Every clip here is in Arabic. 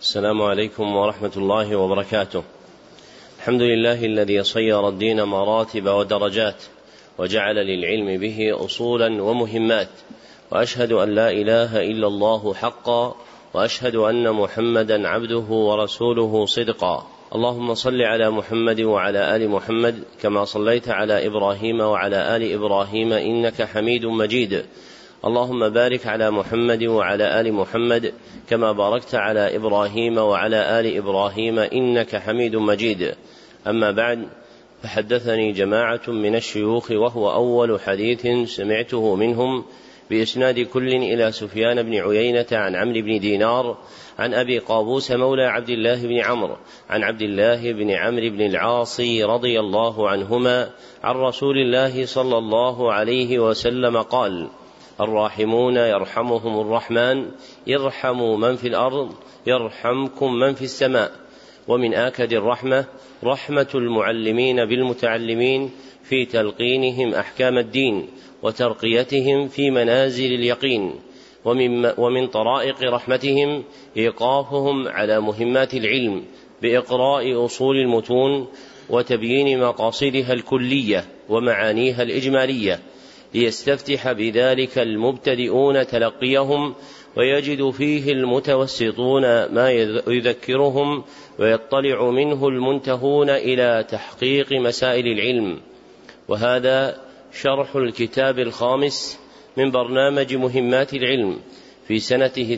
السلام عليكم ورحمة الله وبركاته. الحمد لله الذي صير الدين مراتب ودرجات وجعل للعلم به أصولا ومهمات، وأشهد أن لا إله إلا الله حقا، وأشهد أن محمدا عبده ورسوله صدقا. اللهم صل على محمد وعلى آل محمد كما صليت على إبراهيم وعلى آل إبراهيم إنك حميد مجيد. اللهم بارك على محمد وعلى آل محمد كما باركت على إبراهيم وعلى آل إبراهيم إنك حميد مجيد. أما بعد، فحدثني جماعة من الشيوخ وهو أول حديث سمعته منهم بإسناد كل إلى سفيان بن عيينة عن عمرو بن دينار عن أبي قابوس مولى عبد الله بن عمرو عن عبد الله بن عمرو بن العاص رضي الله عنهما عن رسول الله صلى الله عليه وسلم قال: الراحمون يرحمهم الرحمن، ارحموا من في الأرض يرحمكم من في السماء. ومن آكد الرحمة رحمة المعلمين بالمتعلمين في تلقينهم أحكام الدين وترقيتهم في منازل اليقين. ومن طرائق رحمتهم إيقافهم على مهمات العلم بإقراء أصول المتون وتبيين مقاصدها الكلية ومعانيها الإجمالية، ليستفتح بذلك المبتدئون تلقيهم، ويجد فيه المتوسطون ما يذكرهم، ويطلع منه المنتهون إلى تحقيق مسائل العلم. وهذا شرح الكتاب الخامس من برنامج مهمات العلم في سنته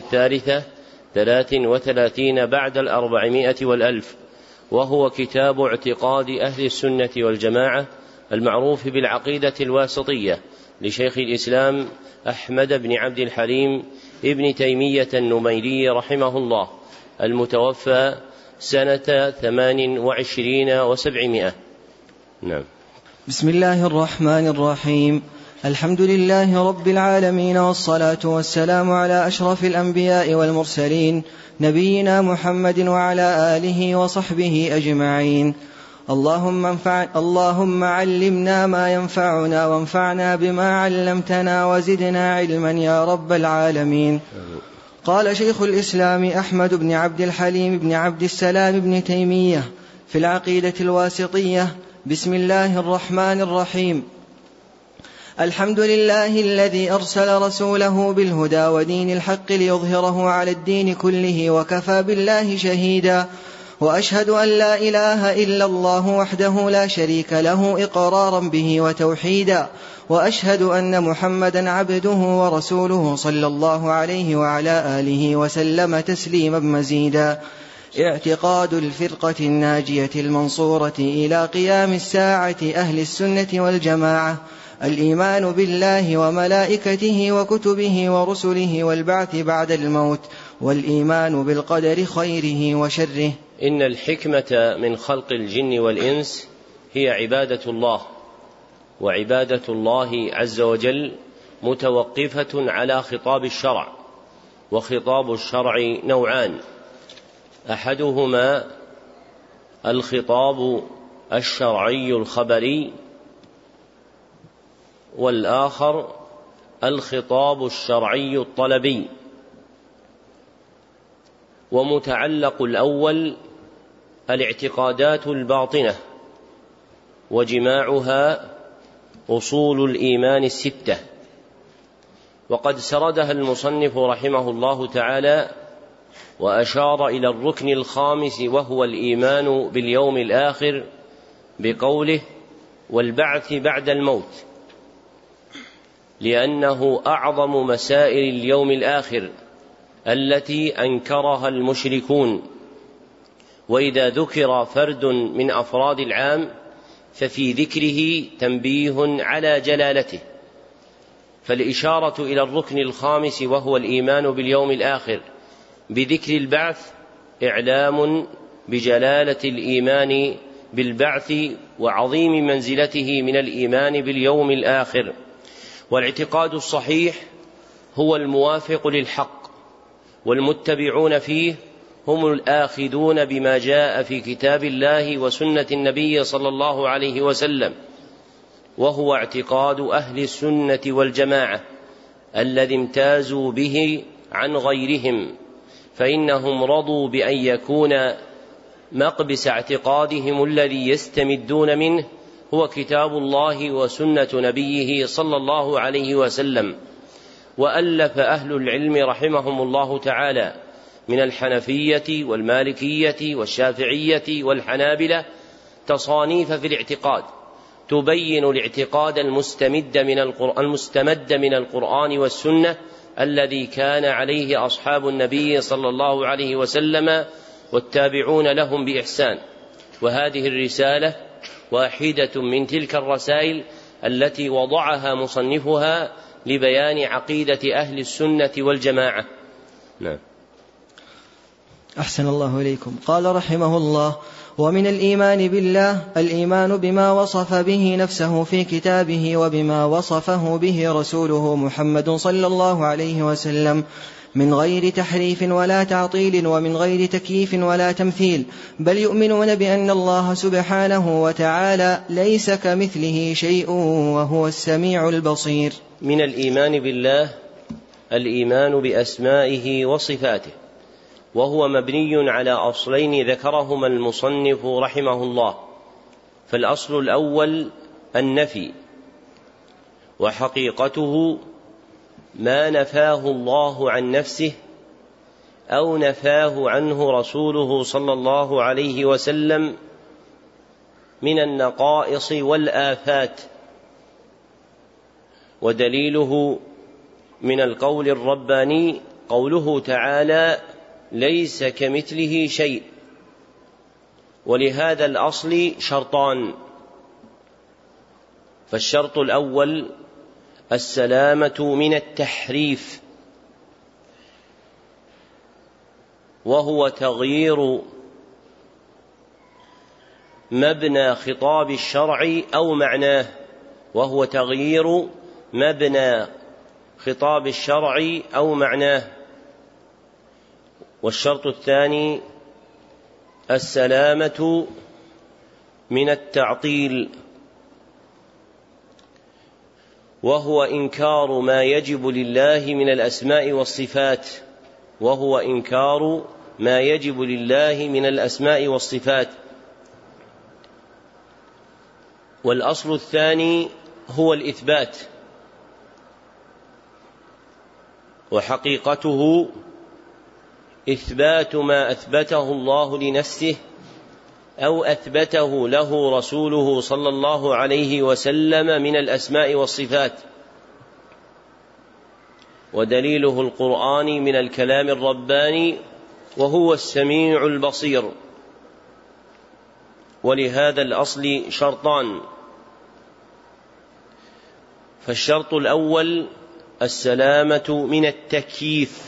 33 بعد 400 والألف، وهو كتاب اعتقاد أهل السنة والجماعة المعروف بالعقيدة الواسطية لشيخ الإسلام أحمد بن عبد الحليم ابن تيمية النميري رحمه الله، المتوفى سنة 28 و700. نعم. بسم الله الرحمن الرحيم. الحمد لله رب العالمين، والصلاة والسلام على أشرف الأنبياء والمرسلين، نبينا محمد وعلى آله وصحبه أجمعين. اللهم علمنا ما ينفعنا، وانفعنا بما علمتنا، وزدنا علما يا رب العالمين. قال شيخ الإسلام أحمد بن عبد الحليم بن عبد السلام بن تيمية في العقيدة الواسطية: بسم الله الرحمن الرحيم. الحمد لله الذي أرسل رسوله بالهدى ودين الحق ليظهره على الدين كله، وكفى بالله شهيدا. وأشهد أن لا إله إلا الله وحده لا شريك له إقرارا به وتوحيدا. وأشهد أن محمدا عبده ورسوله صلى الله عليه وعلى آله وسلم تسليما مزيدا. اعتقاد الفرقة الناجية المنصورة إلى قيام الساعة أهل السنة والجماعة: الإيمان بالله وملائكته وكتبه ورسله والبعث بعد الموت، والإيمان بالقدر خيره وشره. إن الحكمة من خلق الجن والإنس هي عبادة الله، وعبادة الله عز وجل متوقفة على خطاب الشرع، وخطاب الشرع نوعان: أحدهما الخطاب الشرعي الخبري، والآخر الخطاب الشرعي الطلبي. ومتعلق الأول الاعتقادات الباطنة، وجماعها أصول الإيمان 6، وقد سردها المصنف رحمه الله تعالى، وأشار إلى الركن الخامس وهو الإيمان باليوم الآخر بقوله: والبعث بعد الموت، لأنه أعظم مسائل اليوم الآخر التي أنكرها المشركون. وإذا ذكر فرد من أفراد العام ففي ذكره تنبيه على جلالته، فالإشارة إلى الركن الخامس وهو الإيمان باليوم الآخر بذكر البعث إعلام بجلالة الإيمان بالبعث وعظيم منزلته من الإيمان باليوم الآخر. والاعتقاد الصحيح هو الموافق للحق، والمتبعون فيه هم الآخذون بما جاء في كتاب الله وسنة النبي صلى الله عليه وسلم، وهو اعتقاد أهل السنة والجماعة الذي امتازوا به عن غيرهم، فإنهم رضوا بأن يكون مقبس اعتقادهم الذي يستمدون منه هو كتاب الله وسنة نبيه صلى الله عليه وسلم. وألف أهل العلم رحمهم الله تعالى من الحنفية والمالكية والشافعية والحنابلة تصانيف في الاعتقاد تبين الاعتقاد المستمد من القرآن والسنة الذي كان عليه أصحاب النبي صلى الله عليه وسلم والتابعون لهم بإحسان. وهذه الرسالة واحدة من تلك الرسائل التي وضعها مصنفها لبيان عقيدة أهل السنة والجماعة. نعم. أحسن الله إليكم. قال رحمه الله: ومن الإيمان بالله الإيمان بما وصف به نفسه في كتابه وبما وصفه به رسوله محمد صلى الله عليه وسلم من غير تحريف ولا تعطيل ومن غير تكييف ولا تمثيل، بل يؤمنون بأن الله سبحانه وتعالى ليس كمثله شيء وهو السميع البصير. من الإيمان بالله الإيمان بأسمائه وصفاته، وهو مبني على أصلين ذكرهما المصنف رحمه الله. فالأصل الأول النفي، وحقيقته ما نفاه الله عن نفسه أو نفاه عنه رسوله صلى الله عليه وسلم من النقائص والآفات. ودليله من القول الرباني قوله تعالى: ليس كمثله شيء. ولهذا الأصل شرطان: فالشرط الأول السلامة من التحريف، وهو تغيير مبنى خطاب الشرع أو معناه، وهو تغيير مبنى خطاب الشرع أو معناه. والشرط الثاني السلامة من التعطيل، وهو إنكار ما يجب لله من الأسماء والصفات، وهو إنكار ما يجب لله من الأسماء والصفات. والأصل الثاني هو الإثبات، وحقيقته إثبات ما أثبته الله لنفسه أو أثبته له رسوله صلى الله عليه وسلم من الأسماء والصفات. ودليله القرآن من الكلام الرباني، وهو السميع البصير. ولهذا الأصل شرطان: فالشرط الأول السلامة من التكييف،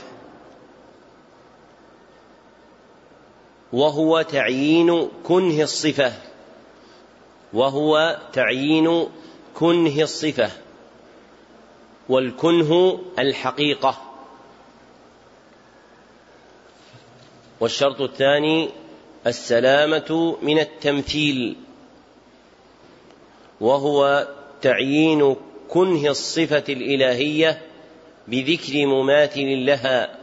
وهو تعيين كنه الصفة، والكنه الحقيقة. والشرط الثاني السلامة من التمثيل، وهو تعيين كنه الصفة الإلهية بذكر مماثل لها،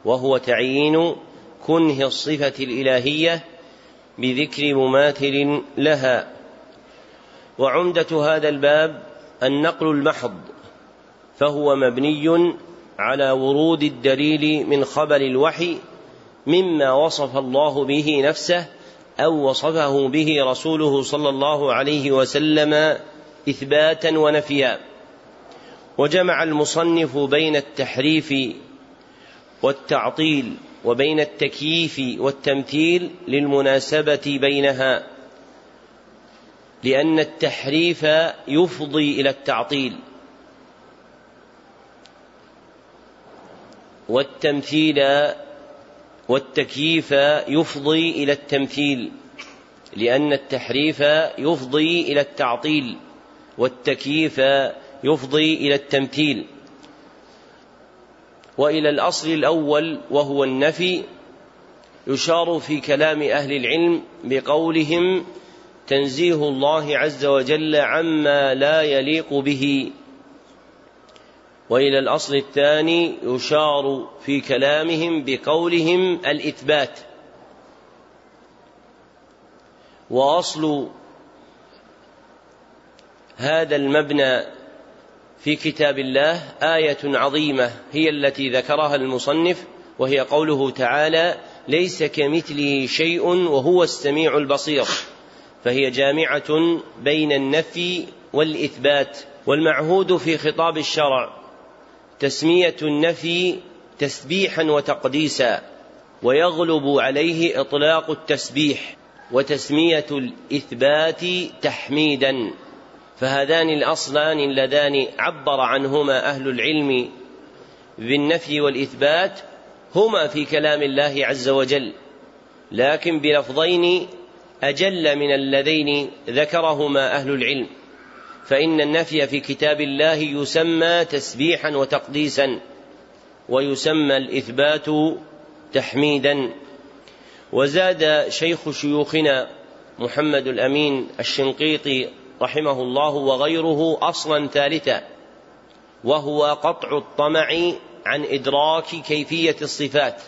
وعمدة هذا الباب النقل المحض، فهو مبني على ورود الدليل من خبر الوحي مما وصف الله به نفسه أو وصفه به رسوله صلى الله عليه وسلم إثباتا ونفيا. وجمع المصنف بين التحريف والتعطيل وبين التكييف والتمثيل للمناسبة بينها، لأن التحريف يفضي إلى التعطيل، والتكييف يفضي إلى التمثيل، لأن التحريف يفضي إلى التعطيل والتكييف يفضي إلى التمثيل. وإلى الأصل الأول وهو النفي يشار في كلام أهل العلم بقولهم: تنزيه الله عز وجل عما لا يليق به. وإلى الأصل الثاني يشار في كلامهم بقولهم الإثبات. وأصل هذا المبنى في كتاب الله آية عظيمة هي التي ذكرها المصنف، وهي قوله تعالى: ليس كمثله شيء وهو السميع البصير، فهي جامعة بين النفي والإثبات. والمعهود في خطاب الشرع تسمية النفي تسبيحا وتقديسا، ويغلب عليه إطلاق التسبيح، وتسمية الإثبات تحميدا. فهذان الأصلان اللذان عبر عنهما أهل العلم بالنفي والإثبات هما في كلام الله عز وجل، لكن بلفظين أجل من اللذين ذكرهما أهل العلم. فإن النفي في كتاب الله يسمى تسبيحا وتقديسا، ويسمى الإثبات تحميدا. وزاد شيخ شيوخنا محمد الأمين الشنقيطي رحمه الله وغيره أصلا ثالثا، وهو قطع الطمع عن إدراك كيفية الصفات.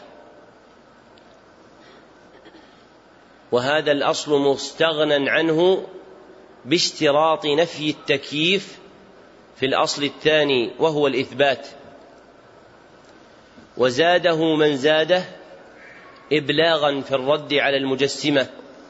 وهذا الأصل مستغنى عنه باشتراط نفي التكييف في الأصل الثاني وهو الإثبات. وزاده من زاده إبلاغا في الرد على المجسمة،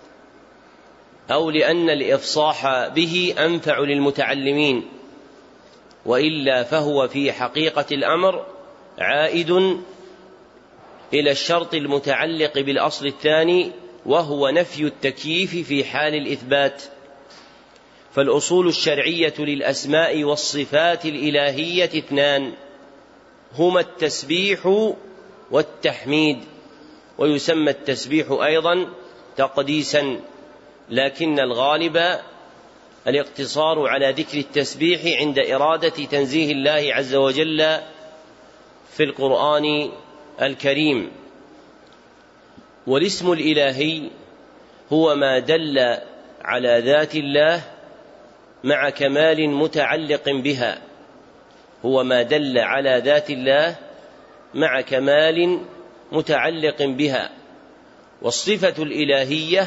أو لأن الإفصاح به أنفع للمتعلمين، وإلا فهو في حقيقة الأمر عائد إلى الشرط المتعلق بالأصل الثاني وهو نفي التكييف في حال الإثبات. فالأصول الشرعية للأسماء والصفات الإلهية اثنان، هما التسبيح والتحميد، ويسمى التسبيح أيضا تقديسا، لكن الغالب الاقتصار على ذكر التسبيح عند إرادة تنزيه الله عز وجل في القرآن الكريم. والاسم الإلهي هو ما دل على ذات الله مع كمال متعلق بها، هو ما دل على ذات الله مع كمال متعلق بها. والصفة الإلهية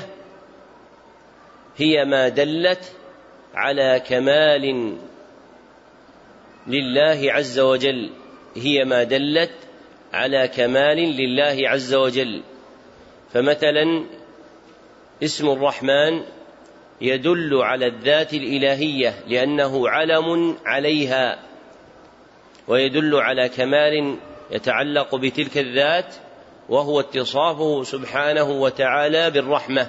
هي ما دلت على كمال لله عز وجل، هي ما دلت على كمال لله عز وجل. فمثلا اسم الرحمن يدل على الذات الإلهية لأنه علم عليها، ويدل على كمال يتعلق بتلك الذات وهو اتصافه سبحانه وتعالى بالرحمة.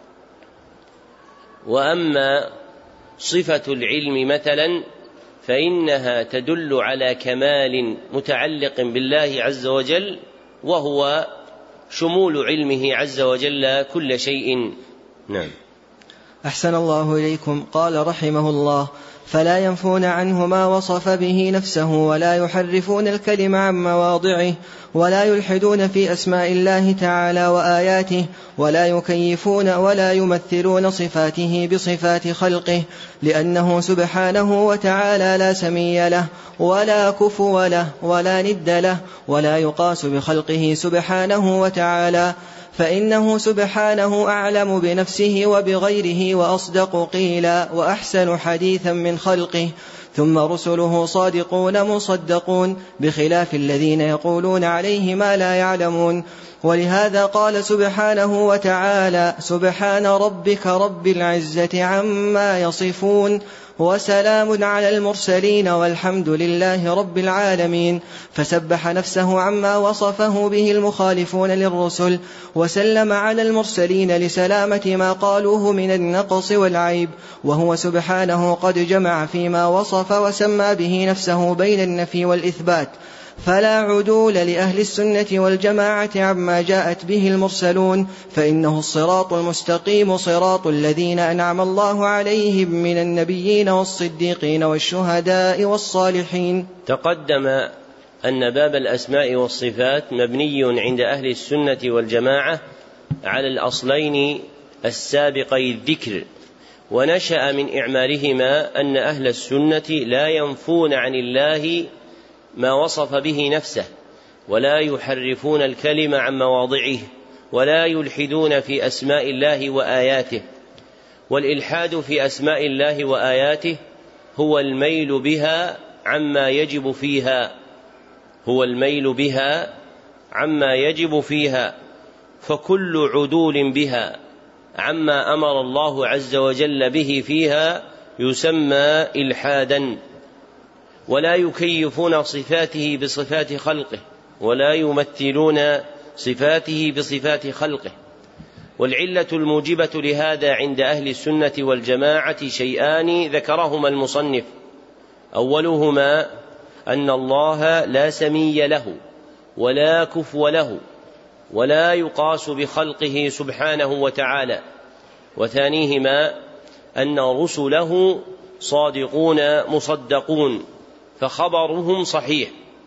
وأما صفة العلم مثلا فإنها تدل على كمال متعلق بالله عز وجل، وهو شمول علمه عز وجل كل شيء. نعم. أحسن الله إليكم. قال رحمه الله: فلا ينفون عنه ما وصف به نفسه، ولا يحرفون الكلم عن مواضعه، ولا يلحدون في أسماء الله تعالى وآياته، ولا يكيفون ولا يمثلون صفاته بصفات خلقه، لأنه سبحانه وتعالى لا سمي له ولا كفو له ولا ند له، ولا يقاس بخلقه سبحانه وتعالى، فإنه سبحانه أعلم بنفسه وبغيره وأصدق قيلا وأحسن حديثا من خلقه. ثم رسله صادقون مصدقون، بخلاف الذين يقولون عليه ما لا يعلمون. ولهذا قال سبحانه وتعالى: سبحان ربك رب العزة عما يصفون، وسلام على المرسلين والحمد لله رب العالمين. فسبح نفسه عما وصفه به المخالفون للرسل، وسلم على المرسلين لسلامة ما قالوه من النقص والعيب، وهو سبحانه قد جمع فيما وصف وسمى به نفسه بين النفي والإثبات. فلا عدول لأهل السنة والجماعة عما جاءت به المرسلون، فإنه الصراط المستقيم صراط الذين أنعم الله عليهم من النبيين والصديقين والشهداء والصالحين. تقدم أن باب الأسماء والصفات مبني عند أهل السنة والجماعة على الأصلين السابقي الذكر، ونشأ من إعمالهما أن أهل السنة لا ينفون عن الله ما وصف به نفسه، ولا يحرفون الكلم عن مواضعه، ولا يلحدون في أسماء الله وآياته. والإلحاد في أسماء الله وآياته هو الميل بها عما يجب فيها، فكل عدول بها عما أمر الله عز وجل به فيها يسمى إلحادا. ولا يكيفون صفاته بصفات خلقه، ولا يمثلون صفاته بصفات خلقه. والعلة الموجبة لهذا عند أهل السنة والجماعة شيئان ذكرهما المصنف: أولهما أن الله لا سمي له ولا كفو له، ولا يقاس بخلقه سبحانه وتعالى. وثانيهما أن رسله صادقون مصدقون، فخبرهم صحيح.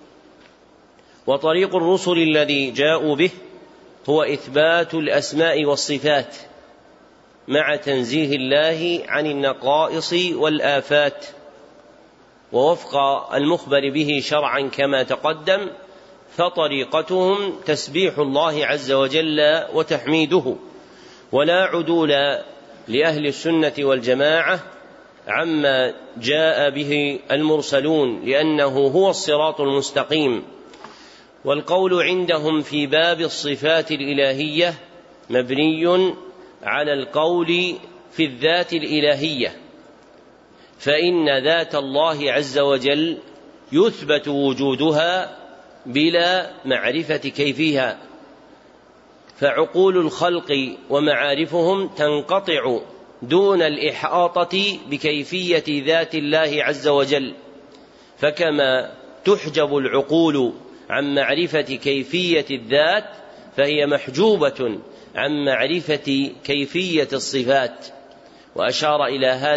وطريق الرسل الذي جاءوا به هو إثبات الأسماء والصفات مع تنزيه الله عن النقائص والآفات، ووفق المخبر به شرعا كما تقدم. فطريقتهم تسبيح الله عز وجل وتحميده، ولا عدول لأهل السنة والجماعة عما جاء به المرسلون، لأنه هو الصراط المستقيم. والقول عندهم في باب الصفات الإلهية مبني على القول في الذات الإلهية، فإن ذات الله عز وجل يثبت وجودها بلا معرفة كيفها، فعقول الخلق ومعارفهم تنقطع دون الإحاطة بكيفية ذات الله عز وجل. فكما تحجب العقول عن معرفة كيفية الذات، فهي محجوبة عن معرفة كيفية الصفات. وأشار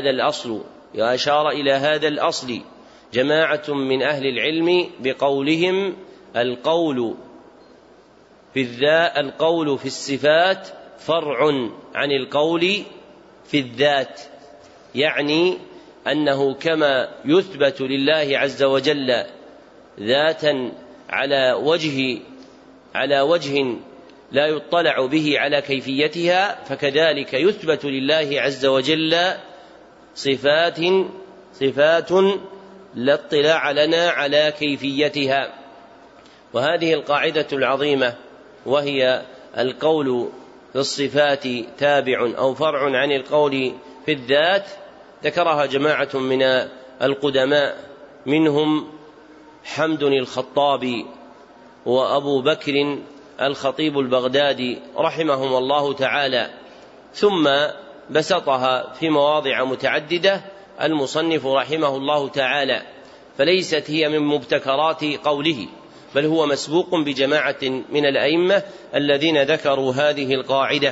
إلى هذا الأصل جماعة من أهل العلم بقولهم: القول في الصفات فرع عن القول في الذات، يعني أنه كما يثبت لله عز وجل ذاتا على وجه لا يطلع به على كيفيتها، فكذلك يثبت لله عز وجل صفات لا اطلاع لنا على كيفيتها. وهذه القاعدة العظيمة، وهي القول في الصفات تابع أو فرع عن القول في الذات، ذكرها جماعة من القدماء، منهم حمد الخطابي وأبو بكر الخطيب البغدادي رحمهم الله تعالى، ثم بسطها في مواضع متعددة المصنف رحمه الله تعالى، فليست هي من مبتكرات قوله، بل هو مسبوق بجماعة من الأئمة الذين ذكروا هذه القاعدة.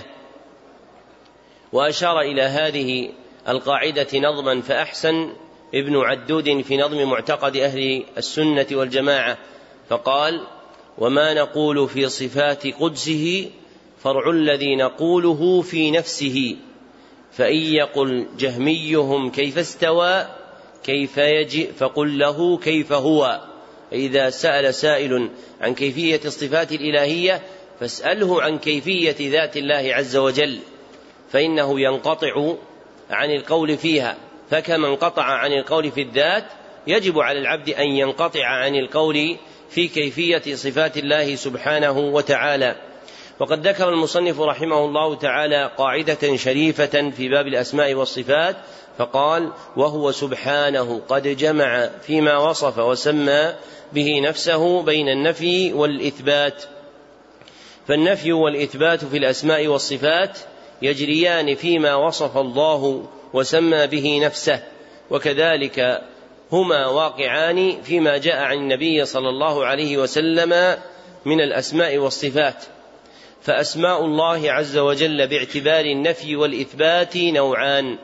وأشار إلى هذه القاعدة نظما فأحسن ابن عدود في نظم معتقد أهل السنة والجماعة، فقال: وما نقول في صفات قدسه فرع الذي نقوله في نفسه، فإن يقل جهميهم كيف استوى كيف يجئ فقل له كيف هو. إذا سأل سائل عن كيفية الصفات الإلهية فاسأله عن كيفية ذات الله عز وجل، فإنه ينقطع عن القول فيها. فكما انقطع عن القول في الذات، يجب على العبد أن ينقطع عن القول في كيفية صفات الله سبحانه وتعالى. وقد ذكر المصنف رحمه الله تعالى قاعدة شريفة في باب الأسماء والصفات، فقال: وهو سبحانه قد جمع فيما وصف وسمى به نفسه بين النفي والإثبات. فالنفي والإثبات في الأسماء والصفات يجريان فيما وصف الله وسمى به نفسه، وكذلك هما واقعان فيما جاء عن النبي صلى الله عليه وسلم من الأسماء والصفات. فأسماء الله عز وجل باعتبار النفي والإثبات نوعان،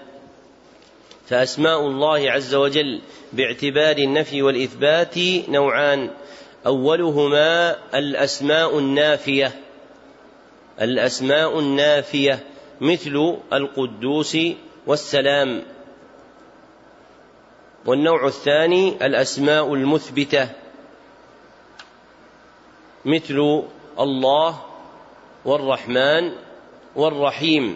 أولهما الأسماء النافية مثل القدوس والسلام، والنوع الثاني الأسماء المثبتة مثل الله والرحمن والرحيم.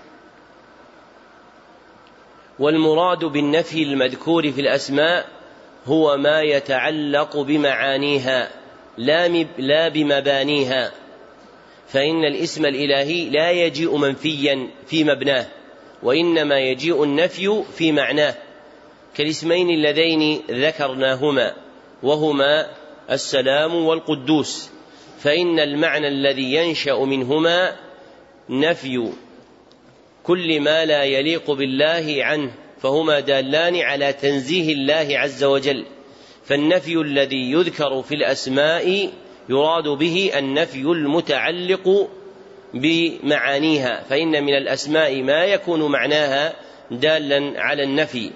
والمراد بالنفي المذكور في الأسماء هو ما يتعلق بمعانيها لا بمبانيها، فإن الاسم الإلهي لا يجيء منفيا في مبناه، وإنما يجيء النفي في معناه، كالاسمين اللذين ذكرناهما وهما السلام والقدوس، فإن المعنى الذي ينشأ منهما نفي كل ما لا يليق بالله عنه، فهما دالان على تنزيه الله عز وجل. فالنفي الذي يذكر في الأسماء يراد به النفي المتعلق بمعانيها، فإن من الأسماء ما يكون معناها دالا على النفي.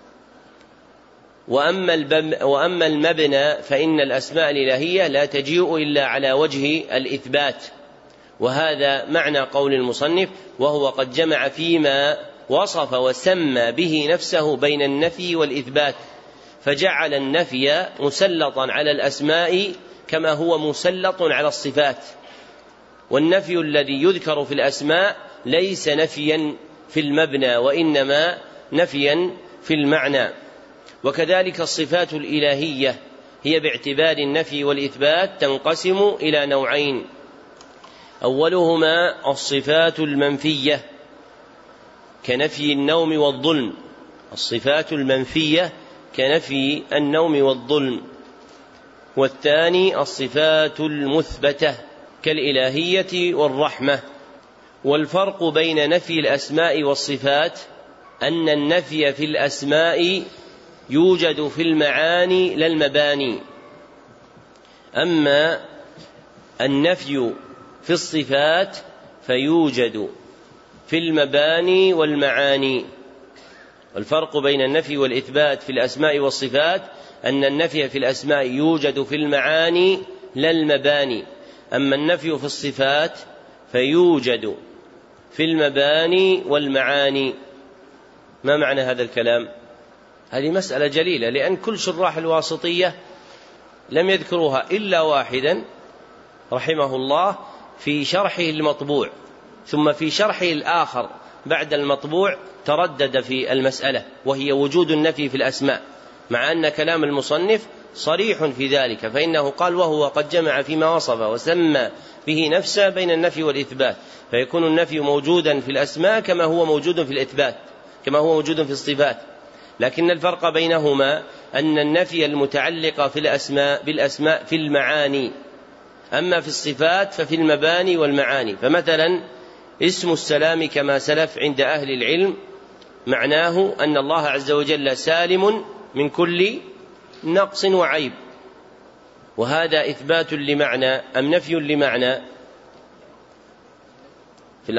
وأما المبنى فإن الأسماء الإلهية لا تجيء إلا على وجه الإثبات، وهذا معنى قول المصنف: وهو قد جمع فيما وصف وسمى به نفسه بين النفي والإثبات، فجعل النفي مسلطا على الأسماء كما هو مسلط على الصفات. والنفي الذي يذكر في الأسماء ليس نفيا في المبنى، وإنما نفيا في المعنى. وكذلك الصفات الإلهية هي باعتبار النفي والإثبات تنقسم إلى نوعين: أولهما الصفات المنفية كنفي النوم والظلم، الصفات المنفية كنفي النوم والظلم. والثاني الصفات المثبتة كالإلهية والرحمة. والفرق بين نفي الأسماء والصفات أن النفي في الأسماء يوجد في المعاني لا المباني، أما النفي في الصفات فيوجد في المباني والمعاني. والفرق بين النفي والإثبات في الأسماء والصفات أن النفي في الأسماء يوجد في المعاني لا المباني، أما النفي في الصفات فيوجد في المباني والمعاني. ما معنى هذا الكلام؟ هذه مسألة جليلة، لأن كل شراح الواسطية لم يذكروها إلا واحدا رحمه الله في شرحه المطبوع، ثم في شرحه الآخر بعد المطبوع تردد في المسألة، وهي وجود النفي في الأسماء، مع أن كلام المصنف صريح في ذلك، فإنه قال: وهو قد جمع فيما وصف وسمى به نفسه بين النفي والإثبات، فيكون النفي موجودا في الأسماء كما هو موجود في الإثبات، كما هو موجود في الصفات. لكن الفرق بينهما أن النفي المتعلق في الأسماء بالأسماء في المعاني، أما في الصفات ففي المباني والمعاني. فمثلا اسم السلام كما سلف عند أهل العلم معناه أن الله عز وجل سالم من كل نقص وعيب، وهذا إثبات لمعنى أم نفي لمعنى؟ في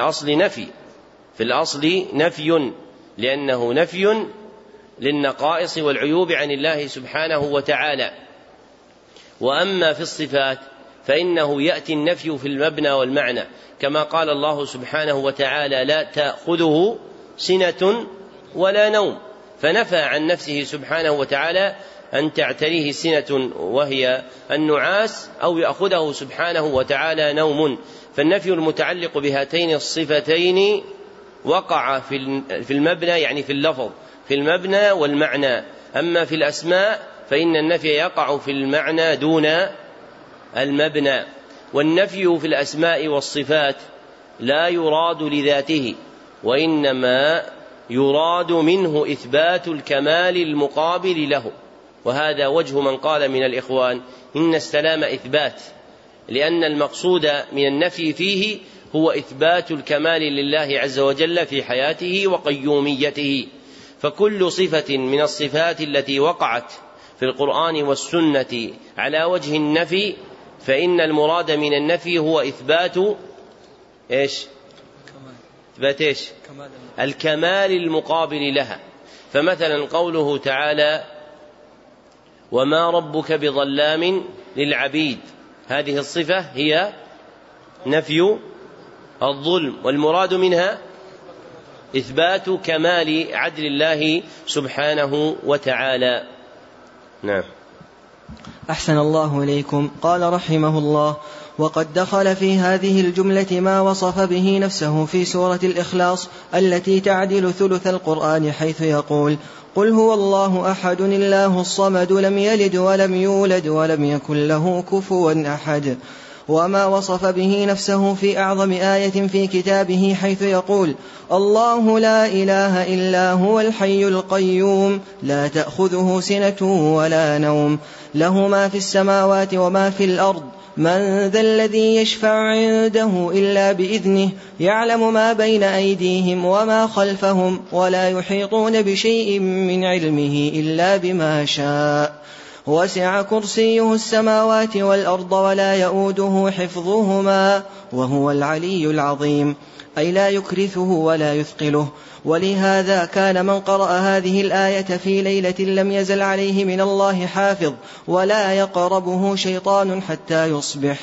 الأصل نفي، لأنه نفي للنقائص والعيوب عن الله سبحانه وتعالى. وأما في الصفات فإنه يأتي النفي في المبنى والمعنى، كما قال الله سبحانه وتعالى: لا تأخذه سنة ولا نوم، فنفى عن نفسه سبحانه وتعالى أن تعتريه سنة وهي النعاس، أو يأخذه سبحانه وتعالى نوم. فالنفي المتعلق بهاتين الصفتين وقع في المبنى، يعني في اللفظ، في المبنى والمعنى. أما في الأسماء فإن النفي يقع في المعنى دون المبنى. والنفي في الأسماء والصفات لا يراد لذاته، وإنما يراد منه إثبات الكمال المقابل له. وهذا وجه من قال من الإخوان إن السلام إثبات، لأن المقصود من النفي فيه هو إثبات الكمال لله عز وجل في حياته وقيوميته. فكل صفة من الصفات التي وقعت في القرآن والسنة على وجه النفي فإن المراد من النفي هو إثبات الكمال المقابل لها. فمثلا قوله تعالى: وما ربك بظلام للعبيد، هذه الصفة هي نفي الظلم، والمراد منها إثبات كمال عدل الله سبحانه وتعالى. نعم. أحسن الله إليكم. قال رحمه الله: وقد دخل في هذه الجملة ما وصف به نفسه في سورة الإخلاص التي تعدل ثلث القرآن، حيث يقول: قل هو الله أحد الله الصمد لم يلد ولم يولد ولم يكن له كفوا أحد. وما وصف به نفسه في أعظم آية في كتابه، حيث يقول: الله لا إله إلا هو الحي القيوم لا تأخذه سنة ولا نوم له ما في السماوات وما في الأرض من ذا الذي يشفع عنده إلا بإذنه يعلم ما بين أيديهم وما خلفهم ولا يحيطون بشيء من علمه إلا بما شاء وسع كرسيه السماوات والأرض ولا يؤوده حفظهما وهو العلي العظيم، أي لا يكرثه ولا يثقله. ولهذا كان من قرأ هذه الآية في ليلة لم يزل عليه من الله حافظ ولا يقربه شيطان حتى يصبح.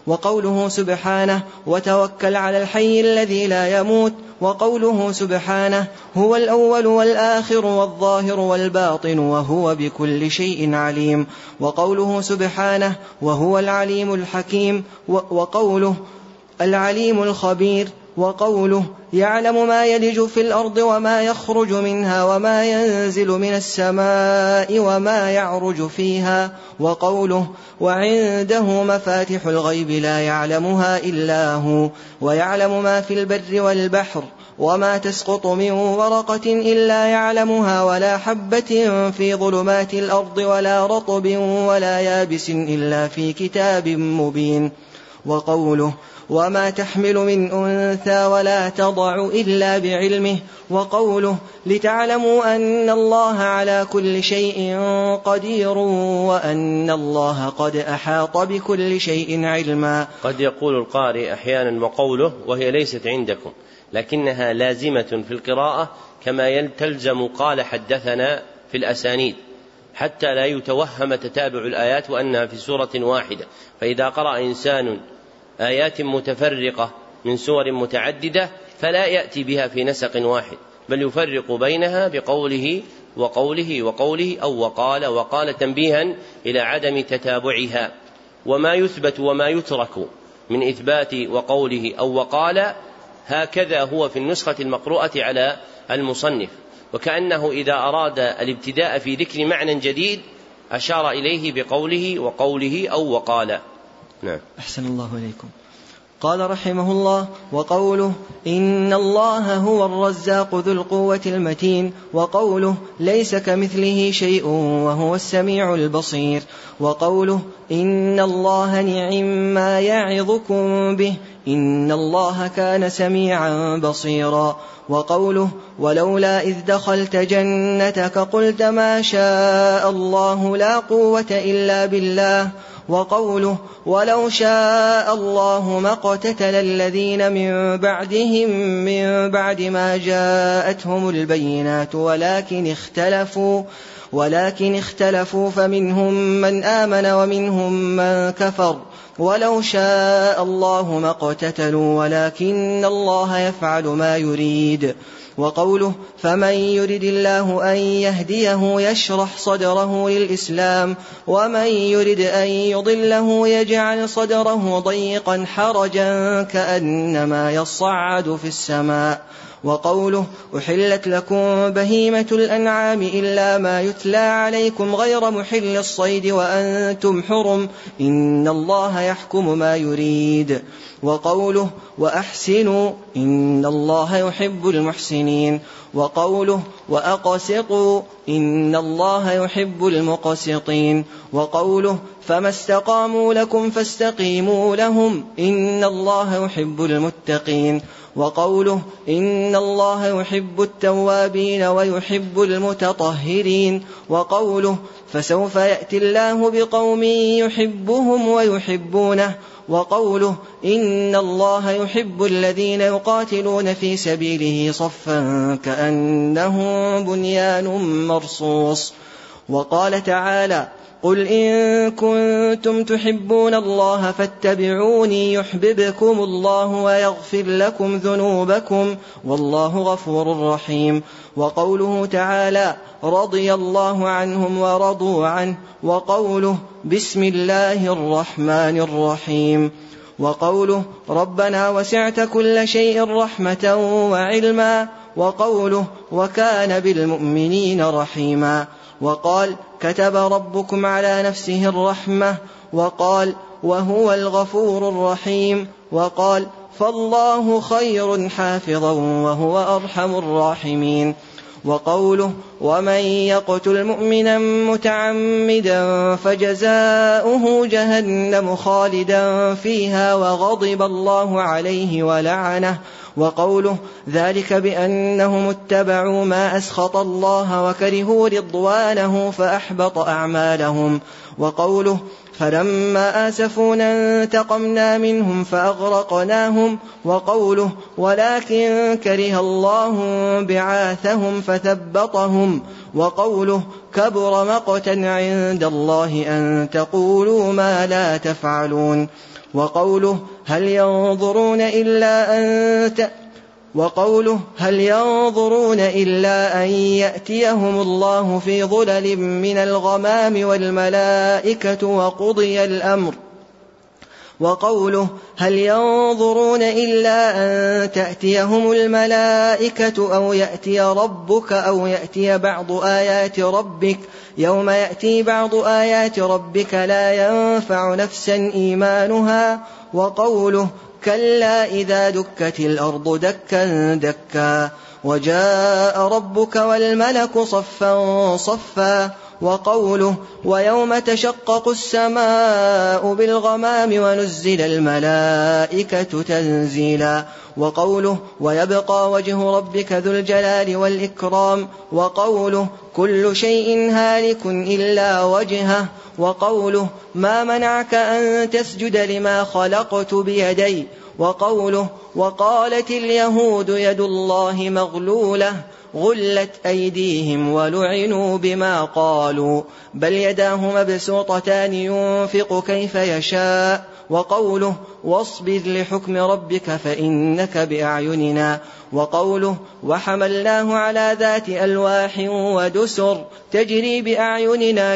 وقوله سبحانه: وتوكل على الحي الذي لا يموت، وقوله سبحانه: هو الأول والآخر والظاهر والباطن وهو بكل شيء عليم، وقوله سبحانه: وهو العليم الحكيم، وقوله العليم الخبير، وقوله يعلم ما يلج في الأرض وما يخرج منها وما ينزل من السماء وما يعرج فيها، وقوله وعنده مفاتح الغيب لا يعلمها إلا هو ويعلم ما في البر والبحر وما تسقط من ورقة إلا يعلمها ولا حبة في ظلمات الأرض ولا رطب ولا يابس إلا في كتاب مبين، وقوله وما تحمل من أنثى ولا تضع إلا بعلمه، وقوله لتعلموا أن الله على كل شيء قدير وأن الله قد أحاط بكل شيء علما. قد يقول القارئ أحيانا وقوله وهي ليست عندكم، لكنها لازمة في القراءة كما تلزم قال حدثنا في الأسانيد، حتى لا يتوهم تتابع الآيات وأنها في سورة واحدة. فإذا قرأ إنسان آيات متفرقة من سور متعددة فلا يأتي بها في نسق واحد، بل يفرق بينها بقوله وقوله وقوله أو وقال وقال، تنبيها إلى عدم تتابعها. وما يثبت وما يترك من إثبات وقوله أو وقال هكذا هو في النسخة المقروءة على المصنف، وكأنه إذا أراد الابتداء في ذكر معنى جديد أشار إليه بقوله وقوله أو وقال. نعم. أحسن الله إليكم. قال رحمه الله: وقوله إن الله هو الرزاق ذو القوة المتين، وقوله ليس كمثله شيء وهو السميع البصير، وقوله إن الله نعم ما يعظكم به إن الله كان سميعا بصيرا، وقوله ولولا إذ دخلت جنتك قلت ما شاء الله لا قوة إلا بالله، وقوله ولو شاء الله ما اقتتل الذين من بعدهم من بعد ما جاءتهم البينات ولكن اختلفوا فمنهم من آمن ومنهم من كفر ولو شاء الله ما اقتتلوا ولكن الله يفعل ما يريد. وقوله فمن يرد الله أن يهديه يشرح صدره للإسلام ومن يرد أن يضله يجعل صدره ضيقا حرجا كأنما يصعد في السماء. وقوله أحلت لكم بهيمة الأنعام إلا ما يتلى عليكم غير محل الصيد وأنتم حرم إن الله يحكم ما يريد. وقوله وأحسنوا إن الله يحب المحسنين. وقوله وأقسطوا إن الله يحب المقسطين. وقوله فما استقاموا لكم فاستقيموا لهم إن الله يحب المتقين. وقوله إن الله يحب التوابين ويحب المتطهرين. وقوله فسوف يأتي الله بقوم يحبهم ويحبونه. وقوله إن الله يحب الذين يقاتلون في سبيله صفا كأنهم بنيان مرصوص. وقال تعالى قل إن كنتم تحبون الله فاتبعوني يحببكم الله ويغفر لكم ذنوبكم والله غفور رحيم. وقوله تعالى رضي الله عنهم ورضوا عنه. وقوله بسم الله الرحمن الرحيم. وقوله ربنا وسعت كل شيء رحمة وعلما. وقوله وكان بالمؤمنين رحيما. وقال كتب ربكم على نفسه الرحمة. وقال وهو الغفور الرحيم. وقال فالله خير حافظا وهو أرحم الراحمين. وقوله ومن يقتل مؤمنا متعمدا فجزاؤه جهنم خالدا فيها وغضب الله عليه ولعنه. وقوله ذلك بأنهم اتبعوا ما أسخط الله وكرهوا رضوانه فأحبط أعمالهم. وقوله فلما آسفونا انتقمنا منهم فأغرقناهم. وقوله ولكن كره الله بعاثهم فثبطهم. وقوله كبر مقتا عند الله أن تقولوا ما لا تفعلون. وقوله هل ينظرون إلا أن يأتيهم الله في ظلل من الغمام والملائكة وقضي الأمر. وقوله هل ينظرون إلا أن تأتيهم الملائكة أو يأتي ربك أو يأتي بعض آيات ربك يوم يأتي بعض آيات ربك لا ينفع نفسا إيمانها. وقوله كلا إذا دكت الأرض دكا دكا وجاء ربك والملك صفا صفا. وقوله ويوم تشقق السماء بالغمام ونزل الملائكة تنزيلا. وقوله ويبقى وجه ربك ذو الجلال والإكرام. وقوله كل شيء هالك إلا وجهه. وقوله ما منعك أن تسجد لما خلقت بيدي. وقوله وقالت اليهود يد الله مغلولة غلت أيديهم ولعنوا بما قالوا بل يداه مبسوطتان ينفق كيف يشاء. وقوله واصبر لحكم ربك فإنك بأعيننا. وقوله وحملناه على ذات ألواح ودسر تجري بأعيننا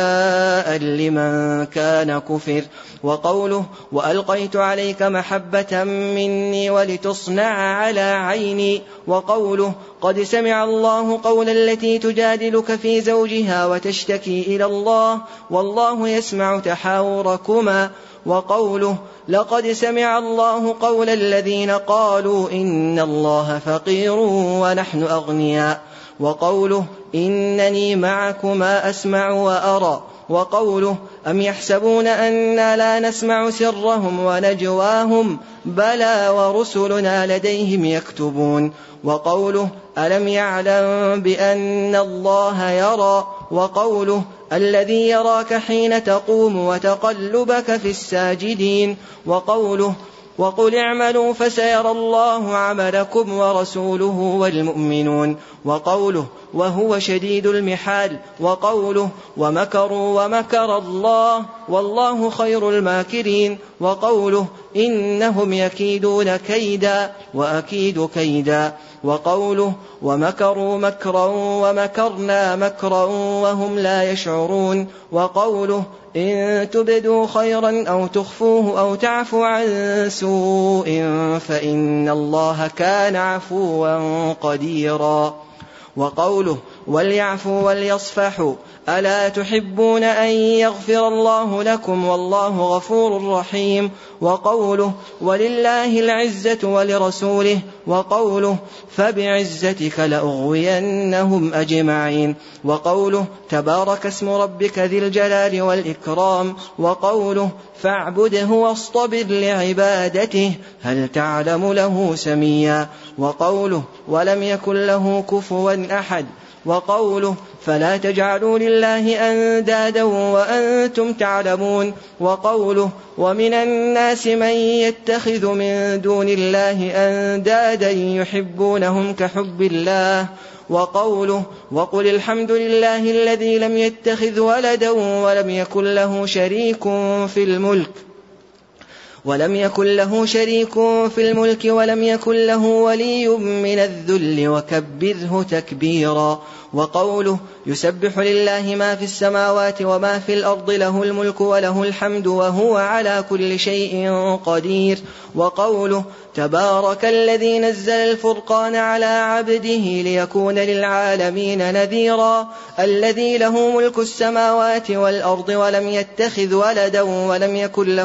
جزاء لمن كان كفر. وقوله وألقيت عليك محبة مني ولتصنع على عيني. وقوله قد سمع الله قول التي تجادلك في زوجها وتشتكي إلى الله والله يسمع تحاوركما. وقوله لقد سمع الله قول الذين قالوا إن الله فقير ونحن أغنياء. وقوله إنني معكما أسمع وأرى. وقوله أم يحسبون أنا لا نسمع سرهم ونجواهم بلى ورسلنا لديهم يكتبون. وقوله ألم يعلم بأن الله يرى. وقوله الذي يراك حين تقوم وتقلبك في الساجدين. وقوله وقل اعملوا فسيرى الله عملكم ورسوله والمؤمنون. وقوله وهو شديد المحال. وقوله ومكروا ومكر الله والله خير الماكرين. وقوله إنهم يكيدون كيدا وأكيد كيدا. وقوله ومكروا مكرا ومكرنا مكرا وهم لا يشعرون. وقوله إن تبدوا خيرا أو تخفوه أو تعفوا عن سوء فإن الله كان عفوا قديرا. وقوله وليعفوا وليصفحوا ألا تحبون أن يغفر الله لكم والله غفور رحيم. وقوله ولله العزة ولرسوله. وقوله فبعزتك لأغوينهم أجمعين. وقوله تبارك اسم ربك ذي الجلال والإكرام. وقوله فاعبده واصطبر لعبادته هل تعلم له سميا. وقوله ولم يكن له كفوا أحد. وقوله فلا تجعلوا لله أندادا وأنتم تعلمون. وقوله ومن الناس من يتخذ من دون الله أندادا يحبونهم كحب الله وقوله وقل الحمد لله الذي لم يتخذ ولدا ولم يكن له شريك في الملك ولم يكن له ولي من الذل وكبره تكبيرا. وقوله يسبح لله ما في السماوات وما في الأرض له الملك وله الحمد وهو على كل شيء قدير. وقوله تبارك الذي نزل الفرقان على عبده ليكون للعالمين نذيرا الذي له ملك السماوات والأرض ولم يتخذ ولدا ولم يكن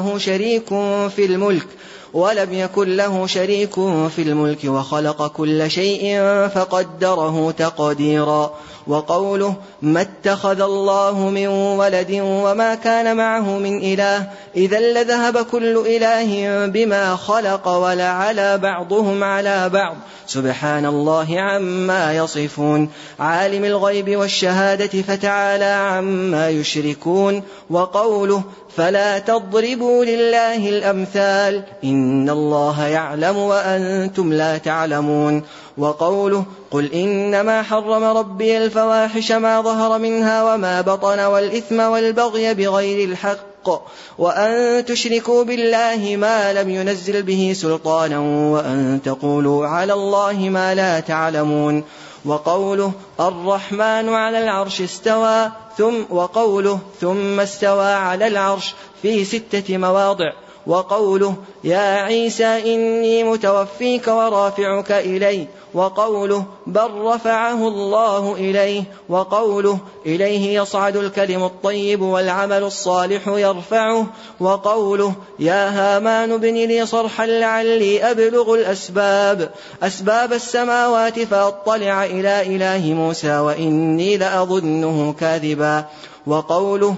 له شريك في الملك وخلق كل شيء فقدره تقديرا. وقوله ما اتخذ الله من ولد وما كان معه من إله إذا لذهب كل إله بما خلق ولعلى بعضهم على بعض سبحان الله عما يصفون عالم الغيب والشهادة فتعالى عما يشركون. وقوله فلا تضربوا لله الأمثال إن الله يعلم وأنتم لا تعلمون. وقوله قل إنما حرم ربي الفواحش ما ظهر منها وما بطن والإثم والبغي بغير الحق وأن تشركوا بالله ما لم ينزل به سلطانا وأن تقولوا على الله ما لا تعلمون. وقوله الرحمن على العرش استوى ثم استوى على العرش في 6 مواضع. وقوله يا عيسى إني متوفيك ورافعك إلي. وقوله بل رفعه الله إليه. وقوله إليه يصعد الكلم الطيب والعمل الصالح يرفعه. وقوله يا هامان ابن لي صرحا لعلي أبلغ أسباب السماوات فأطلع إلى إله موسى وإني لأظنه كاذبا. وقوله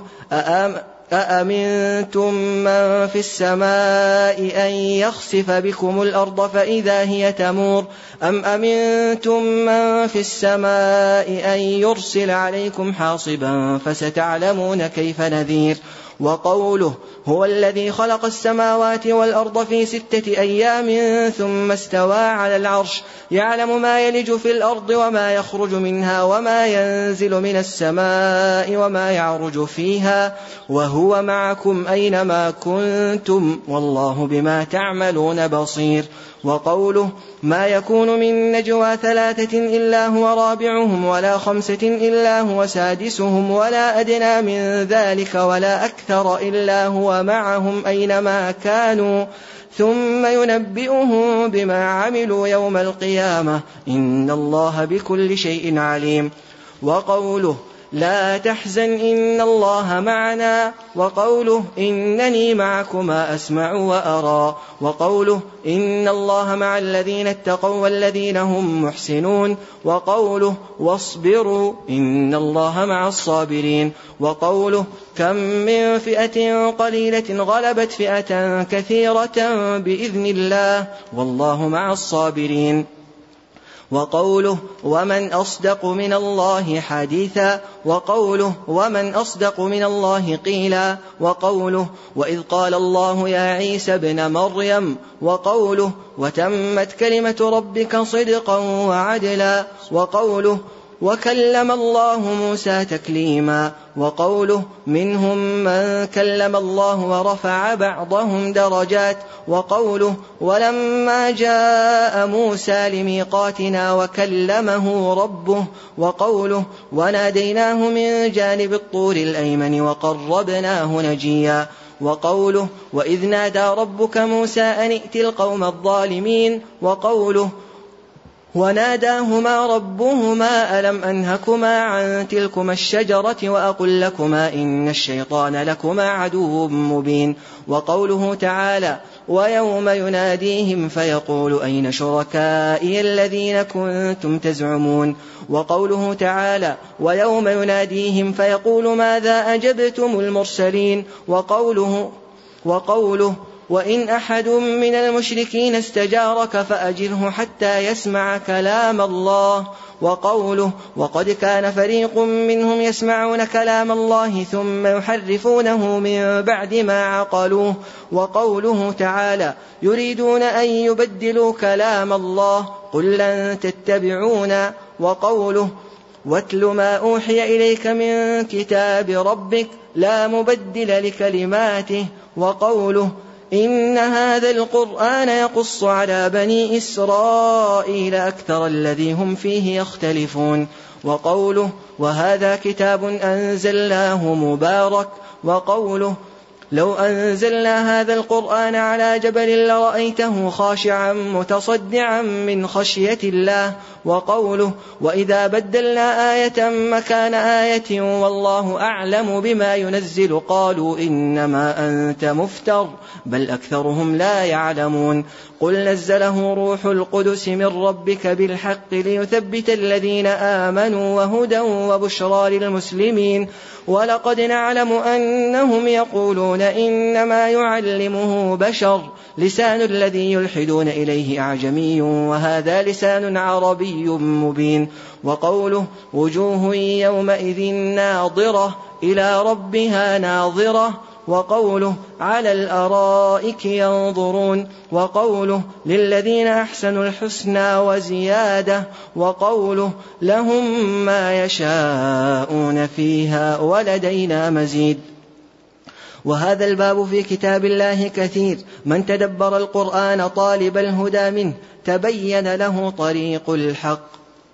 أأمنتم من في السماء أن يخسف بكم الأرض فإذا هي تمور أم أمنتم من في السماء أن يرسل عليكم حاصبا فستعلمون كيف نذير. وقوله هو الذي خلق السماوات والأرض في 6 أيام ثم استوى على العرش يعلم ما يلج في الأرض وما يخرج منها وما ينزل من السماء وما يعرج فيها وهو معكم أينما كنتم والله بما تعملون بصير. وقوله ما يكون من نجوى 3 إلا هو رابعهم ولا 5 إلا هو سادسهم ولا أدنى من ذلك ولا أكثر إلا هو معهم أينما كانوا ثم ينبئهم بما عملوا يوم القيامة إن الله بكل شيء عليم. وقوله لا تحزن إن الله معنا. وقوله إنني معكما أسمع وأرى. وقوله إن الله مع الذين اتقوا والذين هم محسنون. وقوله واصبروا إن الله مع الصابرين. وقوله كم من فئة قليلة غلبت فئة كثيرة بإذن الله والله مع الصابرين. وقوله ومن أصدق من الله حديثا. وقوله ومن أصدق من الله قيلا. وقوله وإذ قال الله يا عيسى ابن مريم. وقوله وتمت كلمة ربك صدقا وعدلا. وقوله وكلم الله موسى تكليما. وقوله منهم من كلم الله ورفع بعضهم درجات. وقوله ولما جاء موسى لميقاتنا وكلمه ربه. وقوله وناديناه من جانب الطور الأيمن وقربناه نجيا. وقوله وإذ نادى ربك موسى أن ائت القوم الظالمين. وقوله وناداهما ربهما ألم أنهكما عن تلكما الشجرة وأقل لكما إن الشيطان لكما عدو مبين. وقوله تعالى ويوم يناديهم فيقول أين شركائي الذين كنتم تزعمون. وقوله تعالى ويوم يناديهم فيقول ماذا أجبتم المرسلين. وقوله وإن أحد من المشركين استجارك فأجره حتى يسمع كلام الله. وقوله وقد كان فريق منهم يسمعون كلام الله ثم يحرفونه من بعد ما عقلوه. وقوله تعالى يريدون أن يبدلوا كلام الله قل لن تتبعونا وقوله واتل ما أوحي إليك من كتاب ربك لا مبدل لكلماته، وقوله إن هذا القرآن يقص على بني إسرائيل أكثر الذي هم فيه يختلفون، وقوله وهذا كتاب أنزلناه مبارك، وقوله لو أنزلنا هذا القرآن على جبل لرأيته خاشعا متصدعا من خشية الله، وقوله وإذا بدلنا آية مكان آية والله أعلم بما ينزل قالوا إنما أنت مفتر بل أكثرهم لا يعلمون. قل نزله روح القدس من ربك بالحق ليثبت الذين آمنوا وهدى وبشرى للمسلمين، ولقد نعلم أنهم يقولون إنما يعلمه بشر لسان الذي يلحدون إليه أعجمي وهذا لسان عربي مبين، وقوله وجوه يومئذ ناظرة إلى ربها ناظرة، وقوله على الأرائك ينظرون، وقوله للذين أحسنوا الحسنى وزيادة، وقوله لهم ما يشاءون فيها ولدينا مزيد. وهذا الباب في كتاب الله كثير، من تدبر القرآن طالب الهدى منه تبين له طريق الحق.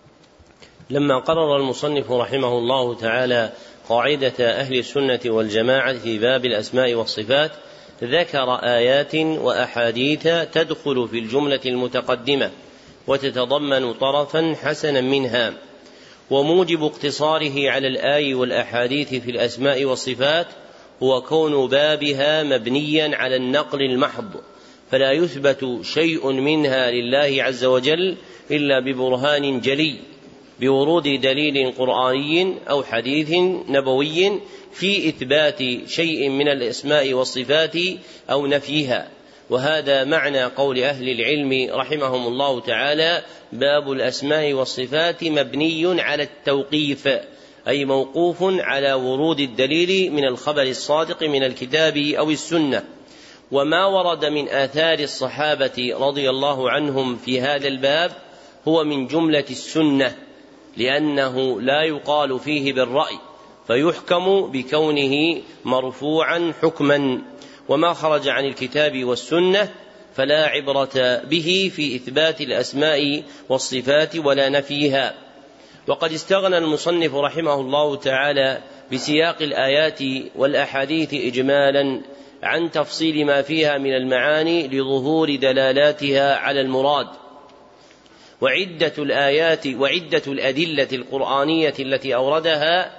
لما قرر المصنف رحمه الله تعالى قاعدة أهل السنة والجماعة في باب الأسماء والصفات ذكر آيات وأحاديث تدخل في الجملة المتقدمة وتتضمن طرفا حسنا منها، وموجب اقتصاره على الآي والأحاديث في الأسماء والصفات هو كون بابها مبنيا على النقل المحض، فلا يثبت شيء منها لله عز وجل إلا ببرهان جلي بورود دليل قرآني أو حديث نبوي في إثبات شيء من الأسماء والصفات أو نفيها. وهذا معنى قول أهل العلم رحمهم الله تعالى باب الأسماء والصفات مبني على التوقيف، أي موقوف على ورود الدليل من الخبر الصادق من الكتاب أو السنة. وما ورد من آثار الصحابة رضي الله عنهم في هذا الباب هو من جملة السنة، لأنه لا يقال فيه بالرأي فيحكم بكونه مرفوعا حكما، وما خرج عن الكتاب والسنة فلا عبرة به في إثبات الأسماء والصفات ولا نفيها. وقد استغنى المصنف رحمه الله تعالى بسياق الآيات والأحاديث إجمالا عن تفصيل ما فيها من المعاني لظهور دلالاتها على المراد. وعدة الأدلة القرآنية التي أوردها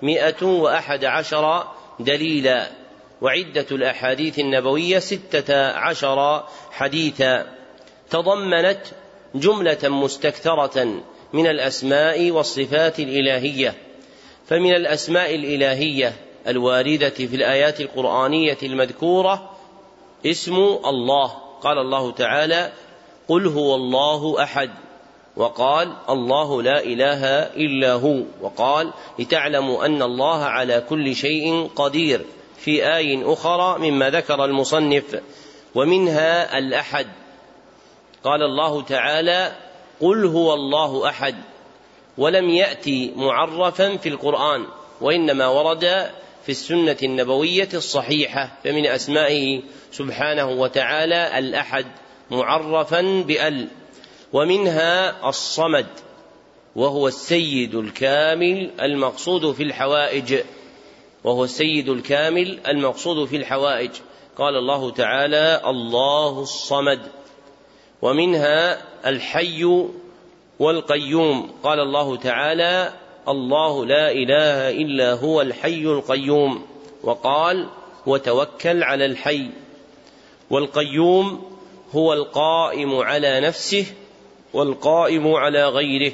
111 دليلا، وعدة الأحاديث النبوية 16 حديثا، تضمنت جملة مستكثرة من الأسماء والصفات الإلهية. فمن الأسماء الإلهية الواردة في الآيات القرآنية المذكورة اسم الله، قال الله تعالى قل هو الله أحد، وقال الله لا إله إلا هو، وقال لتعلموا أن الله على كل شيء قدير في آي أخرى مما ذكر المصنف. ومنها الأحد، قال الله تعالى قل هو الله أحد، ولم يأتي معرفا في القرآن وإنما ورد في السنة النبوية الصحيحة. فمن أسمائه سبحانه وتعالى الأحد معرفا بأل. ومنها الصمد، وهو السيد الكامل المقصود في الحوائج، قال الله تعالى الله الصمد. ومنها الحي والقيوم، قال الله تعالى الله لا إله إلا هو الحي القيوم، وقال وتوكل على الحي. والقيوم هو القائم على نفسه والقائم على غيره،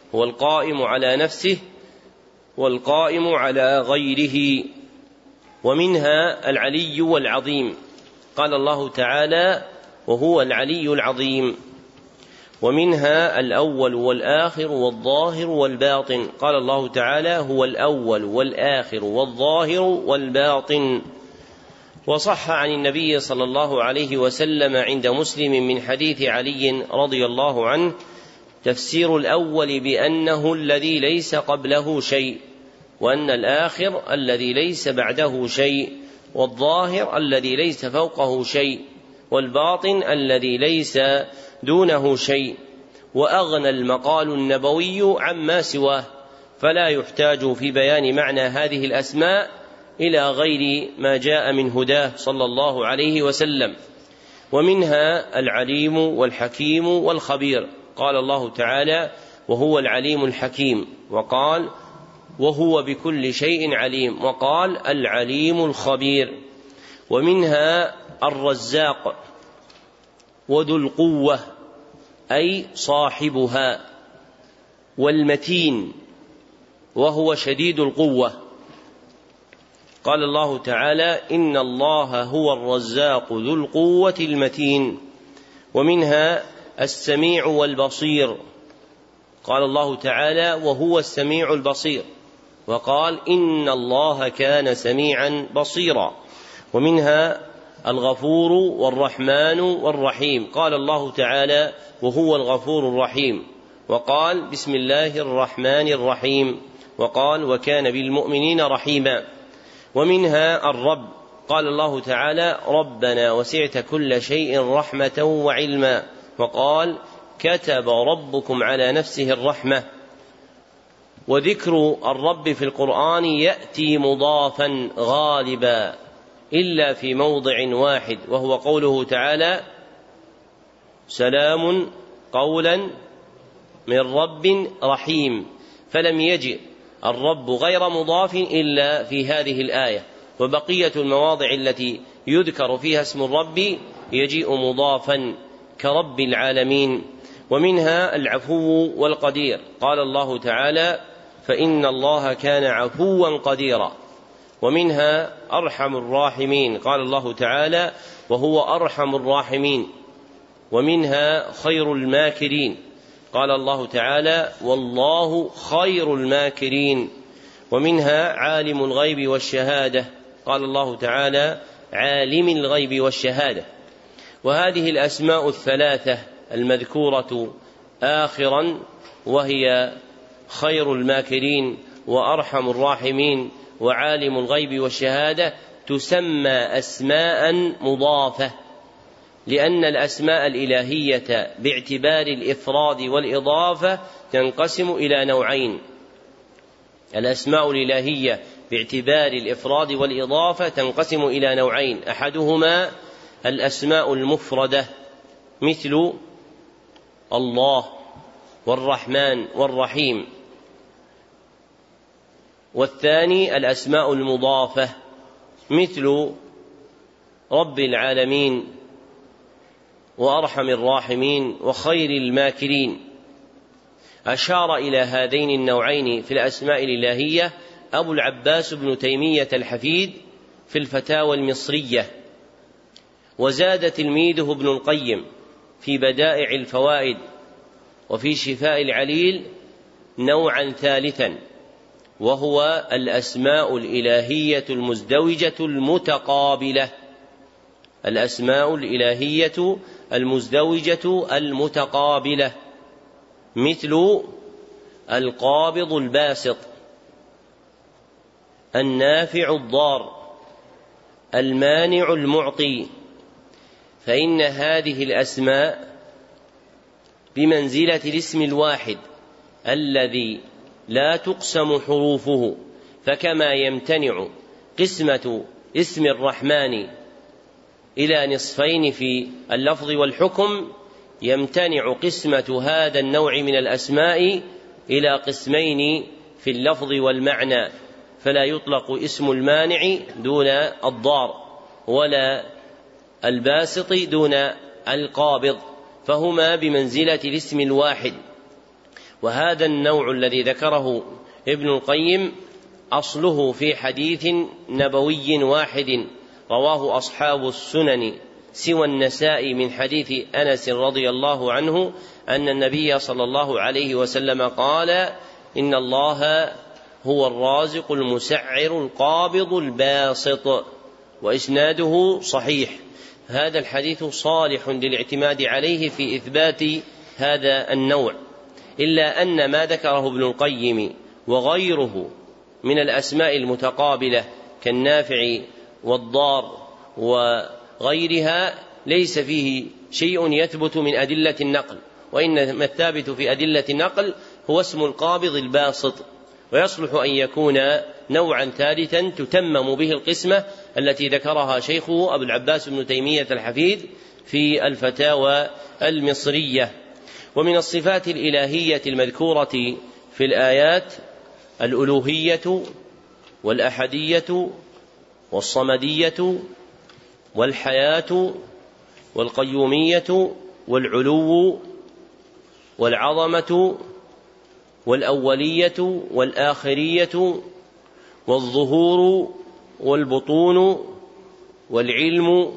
والقائم على غيره. ومنها العلي والعظيم، قال الله تعالى وهو العلي العظيم. ومنها الأول والآخر والظاهر والباطن، قال الله تعالى هو الأول والآخر والظاهر والباطن. وصح عن النبي صلى الله عليه وسلم عند مسلم من حديث علي رضي الله عنه تفسير الأول بأنه الذي ليس قبله شيء، وأن الآخر الذي ليس بعده شيء، والظاهر الذي ليس فوقه شيء، والباطن الذي ليس دونه شيء. وأغنى المقال النبوي عما سواه، فلا يحتاج في بيان معنى هذه الأسماء إلى غير ما جاء من هداه صلى الله عليه وسلم. ومنها العليم والحكيم والخبير، قال الله تعالى: وهو العليم الحكيم، وقال: وهو بكل شيء عليم، وقال: العليم الخبير. ومنها الرزاق وذو القوة أي صاحبها، والمتين وهو شديد القوة، قال الله تعالى: إن الله هو الرزاق ذو القوة المتين. ومنها السميع والبصير، قال الله تعالى: وهو السميع البصير، وقال: إن الله كان سميعا بصيرا. ومنها الغفور والرحمن والرحيم، قال الله تعالى: وهو الغفور الرحيم، وقال: بسم الله الرحمن الرحيم، وقال: وكان بالمؤمنين رحيما. ومنها الرب، قال الله تعالى: ربنا وسعت كل شيء رحمة وعلما، وقال: كتب ربكم على نفسه الرحمة. وذكر الرب في القرآن يأتي مضافا غالبا إلا في موضع واحد، وهو قوله تعالى: سلام قولا من رب رحيم، فلم يجئ الرب غير مضاف إلا في هذه الآية. وبقية المواضع التي يذكر فيها اسم الرب يجيء مضافا كرب العالمين. ومنها العفو والقدير، قال الله تعالى: فإن الله كان عفوا قديرا. ومنها أرحم الراحمين، قال الله تعالى: وهو أرحم الراحمين. ومنها خير الماكرين، قال الله تعالى: والله خير الماكرين. ومنها عالم الغيب والشهادة، قال الله تعالى: عالم الغيب والشهادة. وهذه الأسماء الثلاثة المذكورة آخرا، وهي خير الماكرين وأرحم الراحمين وعالم الغيب والشهادة، تسمى أسماء مضافة، لأن الأسماء الإلهية باعتبار الإفراد والإضافة تنقسم إلى نوعين. الأسماء الإلهية باعتبار الإفراد والإضافة تنقسم إلى نوعين: أحدهما الأسماء المفردة مثل الله والرحمن والرحيم، والثاني الأسماء المضافة مثل رب العالمين وأرحم الراحمين وخير الماكرين. أشار إلى هذين النوعين في الأسماء الإلهية أبو العباس بن تيمية الحفيد في الفتاوى المصرية، وزاد تلميذه ابن القيم في بدائع الفوائد وفي شفاء العليل نوعا ثالثا، وهو الأسماء الإلهية المزدوجة المتقابلة. الأسماء الإلهية المزدوجة المتقابلة مثل القابض الباسط، النافع الضار، المانع المعطي، فإن هذه الأسماء بمنزلة الاسم الواحد الذي لا تقسم حروفه، فكما يمتنع قسمة اسم الرحمن إلى نصفين في اللفظ والحكم، يمتنع قسمة هذا النوع من الأسماء إلى قسمين في اللفظ والمعنى، فلا يطلق اسم المانع دون الضار، ولا الباسط دون القابض، فهما بمنزلة الاسم الواحد. وهذا النوع الذي ذكره ابن القيم أصله في حديث نبوي واحد رواه أصحاب السنن سوى النساء من حديث أنس رضي الله عنه أن النبي صلى الله عليه وسلم قال: إن الله هو الرازق المسعر القابض الباسط، وإسناده صحيح. هذا الحديث صالح للاعتماد عليه في إثبات هذا النوع. إلا أن ما ذكره ابن القيم وغيره من الأسماء المتقابلة كالنافع والضار وغيرها ليس فيه شيء يثبت من أدلة النقل، وإنما الثابت في أدلة النقل هو اسم القابض الباسط، ويصلح أن يكون نوعا ثالثا تتمم به القسمة التي ذكرها شيخه أبو العباس بن تيمية الحفيد في الفتاوى المصرية. ومن الصفات الإلهية المذكورة في الآيات الألوهية والأحدية والصمدية والحياة والقيومية والعلو والعظمة والأولية والآخرية والظهور والبطون والعلم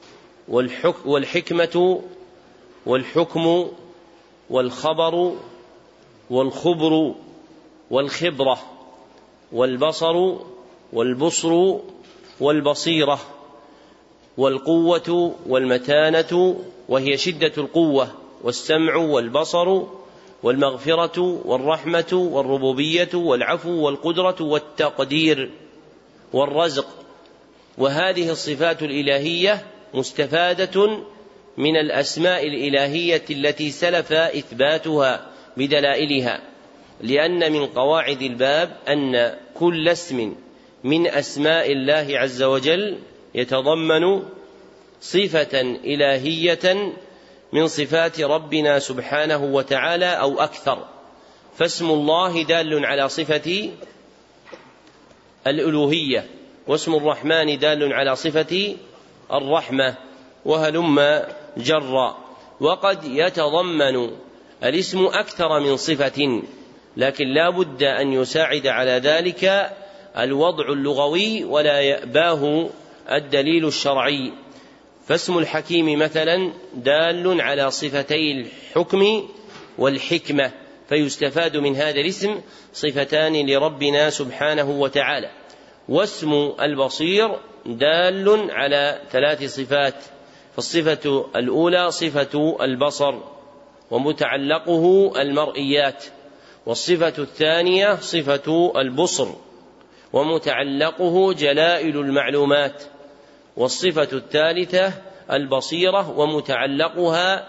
والحكمة والحكم والخبر والخبر والخبرة والبصر والبصر والبصيرة والقوة والمتانة وهي شدة القوة والسمع والبصر والمغفرة والرحمة والربوبية والعفو والقدرة والتقدير والرزق. وهذه الصفات الإلهية مستفادة من الأسماء الإلهية التي سلف إثباتها بدلائلها، لأن من قواعد الباب أن كل اسم من أسماء الله عز وجل يتضمن صفة إلهية من صفات ربنا سبحانه وتعالى أو أكثر، فاسم الله دال على صفة الألوهية، واسم الرحمن دال على صفة الرحمة، وهلم جرا. وقد يتضمن الاسم أكثر من صفة، لكن لا بد أن يساعد على ذلك الوضع اللغوي ولا يأباه الدليل الشرعي. فاسم الحكيم مثلا دال على صفتي الحكم والحكمة، فيستفاد من هذا الاسم صفتان لربنا سبحانه وتعالى. واسم البصير دال على 3 صفات، فالصفة الأولى صفة البصر ومتعلقه المرئيات، والصفة الثانية صفة البصر ومتعلقه جلائل المعلومات، والصفة الثالثة البصيرة ومتعلقها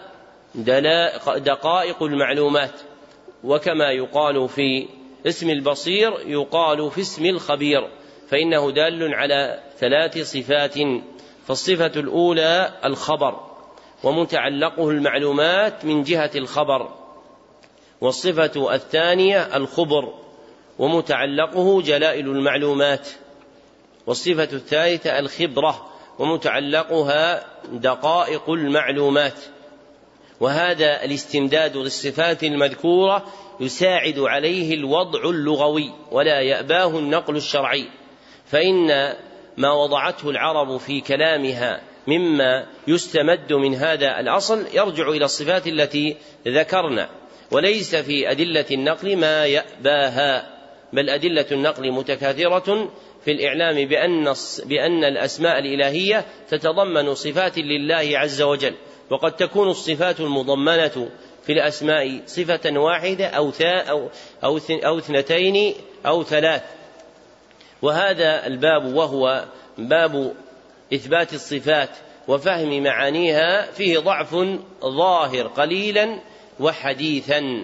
دقائق المعلومات. وكما يقال في اسم البصير يقال في اسم الخبير، فإنه دال على 3 صفات، فالصفة الأولى الخبر ومتعلقه المعلومات من جهة الخبر، والصفة الثانية الخبر ومتعلقه جلائل المعلومات، والصفة الثالثة الخبرة ومتعلقها دقائق المعلومات. وهذا الاستمداد للصفات المذكورة يساعد عليه الوضع اللغوي ولا يأباه النقل الشرعي، فإن ما وضعته العرب في كلامها مما يستمد من هذا الأصل يرجع إلى الصفات التي ذكرنا، وليس في أدلة النقل ما يأباها، بل أدلة النقل متكاثرة في الإعلام بأن الأسماء الإلهية تتضمن صفات لله عز وجل، وقد تكون الصفات المضمنة في الأسماء صفة واحدة أو 2 أو 3. وهذا الباب وهو باب إثبات الصفات وفهم معانيها فيه ضعف ظاهر قليلا وحديثا،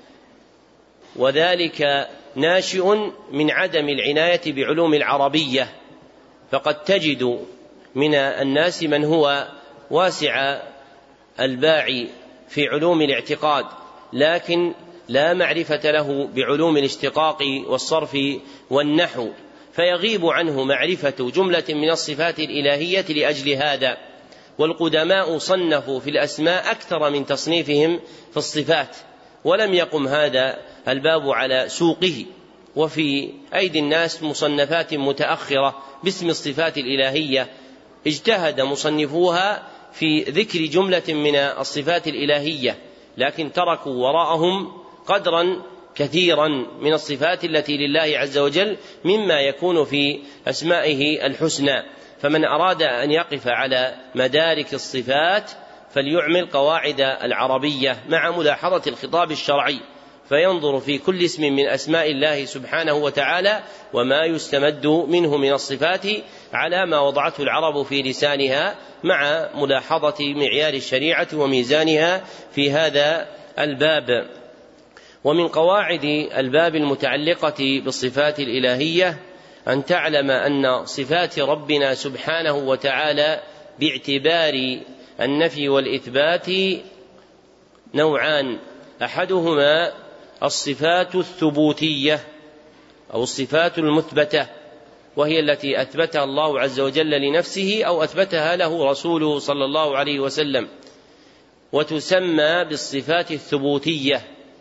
وذلك ناشئ من عدم العناية بعلوم العربية، فقد تجد من الناس من هو واسع الباع في علوم الاعتقاد لكن لا معرفة له بعلوم الاشتقاق والصرف والنحو، فيغيب عنه معرفة جملة من الصفات الإلهية لأجل هذا. والقدماء صنفوا في الأسماء أكثر من تصنيفهم في الصفات، ولم يقم هذا الباب على سوقه، وفي أيدي الناس مصنفات متأخرة باسم الصفات الإلهية اجتهد مصنفوها في ذكر جملة من الصفات الإلهية، لكن تركوا وراءهم قدرا كثيرا من الصفات التي لله عز وجل مما يكون في أسمائه الحسنى. فمن أراد أن يقف على مدارك الصفات فليعمل قواعد العربية مع ملاحظة الخطاب الشرعي، فينظر في كل اسم من أسماء الله سبحانه وتعالى وما يستمد منه من الصفات على ما وضعته العرب في لسانها، مع ملاحظة معيار الشريعة وميزانها في هذا الباب. ومن قواعد الباب المتعلقة بالصفات الإلهية أن تعلم أن صفات ربنا سبحانه وتعالى باعتبار النفي والإثبات نوعان: أحدهما الصفات الثبوتية أو الصفات المثبتة، وهي التي أثبتها الله عز وجل لنفسه أو أثبتها له رسوله صلى الله عليه وسلم، وتسمى بالصفات الثبوتية.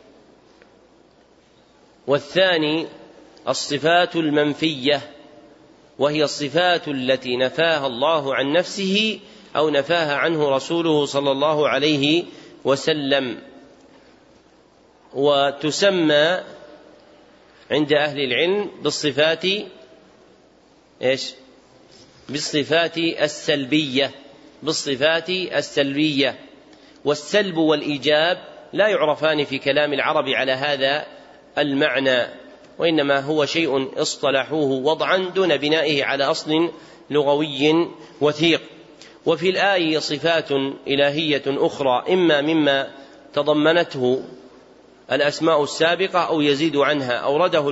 والثاني الصفات المنفية، وهي الصفات التي نفاها الله عن نفسه أو نفاها عنه رسوله صلى الله عليه وسلم، وتسمى عند أهل العلم بالصفات بالصفات السلبية، بالصفات السلبية. والسلب والإيجاب لا يعرفان في كلام العرب على هذا المعنى، وإنما هو شيء اصطلحوه وضعا دون بنائه على أصل لغوي وثيق. وفي الآية صفات إلهية أخرى إما مما تضمنته الأسماء السابقة أو يزيد عنها، أوردها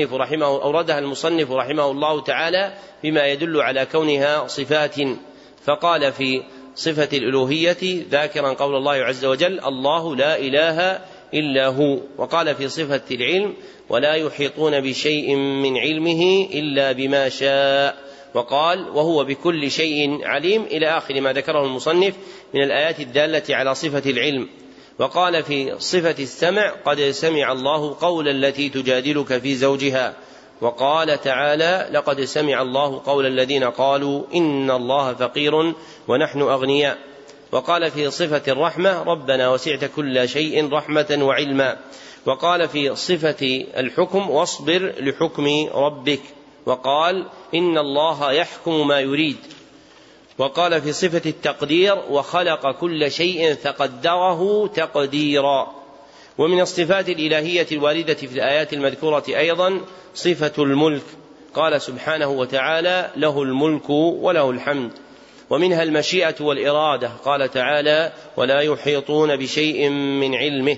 المصنف رحمه الله تعالى بما يدل على كونها صفات، فقال في صفة الألوهية ذاكرا قول الله عز وجل: الله لا إله إلا هو. وقال في صفة العلم: ولا يحيطون بشيء من علمه إلا بما شاء. وقال: وهو بكل شيء عليم، إلى آخر ما ذكره المصنف من الآيات الدالة على صفة العلم. وقال في صفة السمع: قد سمع الله قول التي تجادلك في زوجها. وقال تعالى: لقد سمع الله قول الذين قالوا إن الله فقير ونحن أغنياء. وقال في صفة الرحمة: ربنا وسعت كل شيء رحمة وعلما. وقال في صفة الحكم: واصبر لحكم ربك. وقال: إن الله يحكم ما يريد. وقال في صفة التقدير: وخلق كل شيء فقدره تقديرا. ومن الصفات الإلهية الواردة في الآيات المذكورة أيضا صفة الملك، قال سبحانه وتعالى: له الملك وله الحمد. ومنها المشيئة والإرادة، قال تعالى: ولا يحيطون بشيء من علمه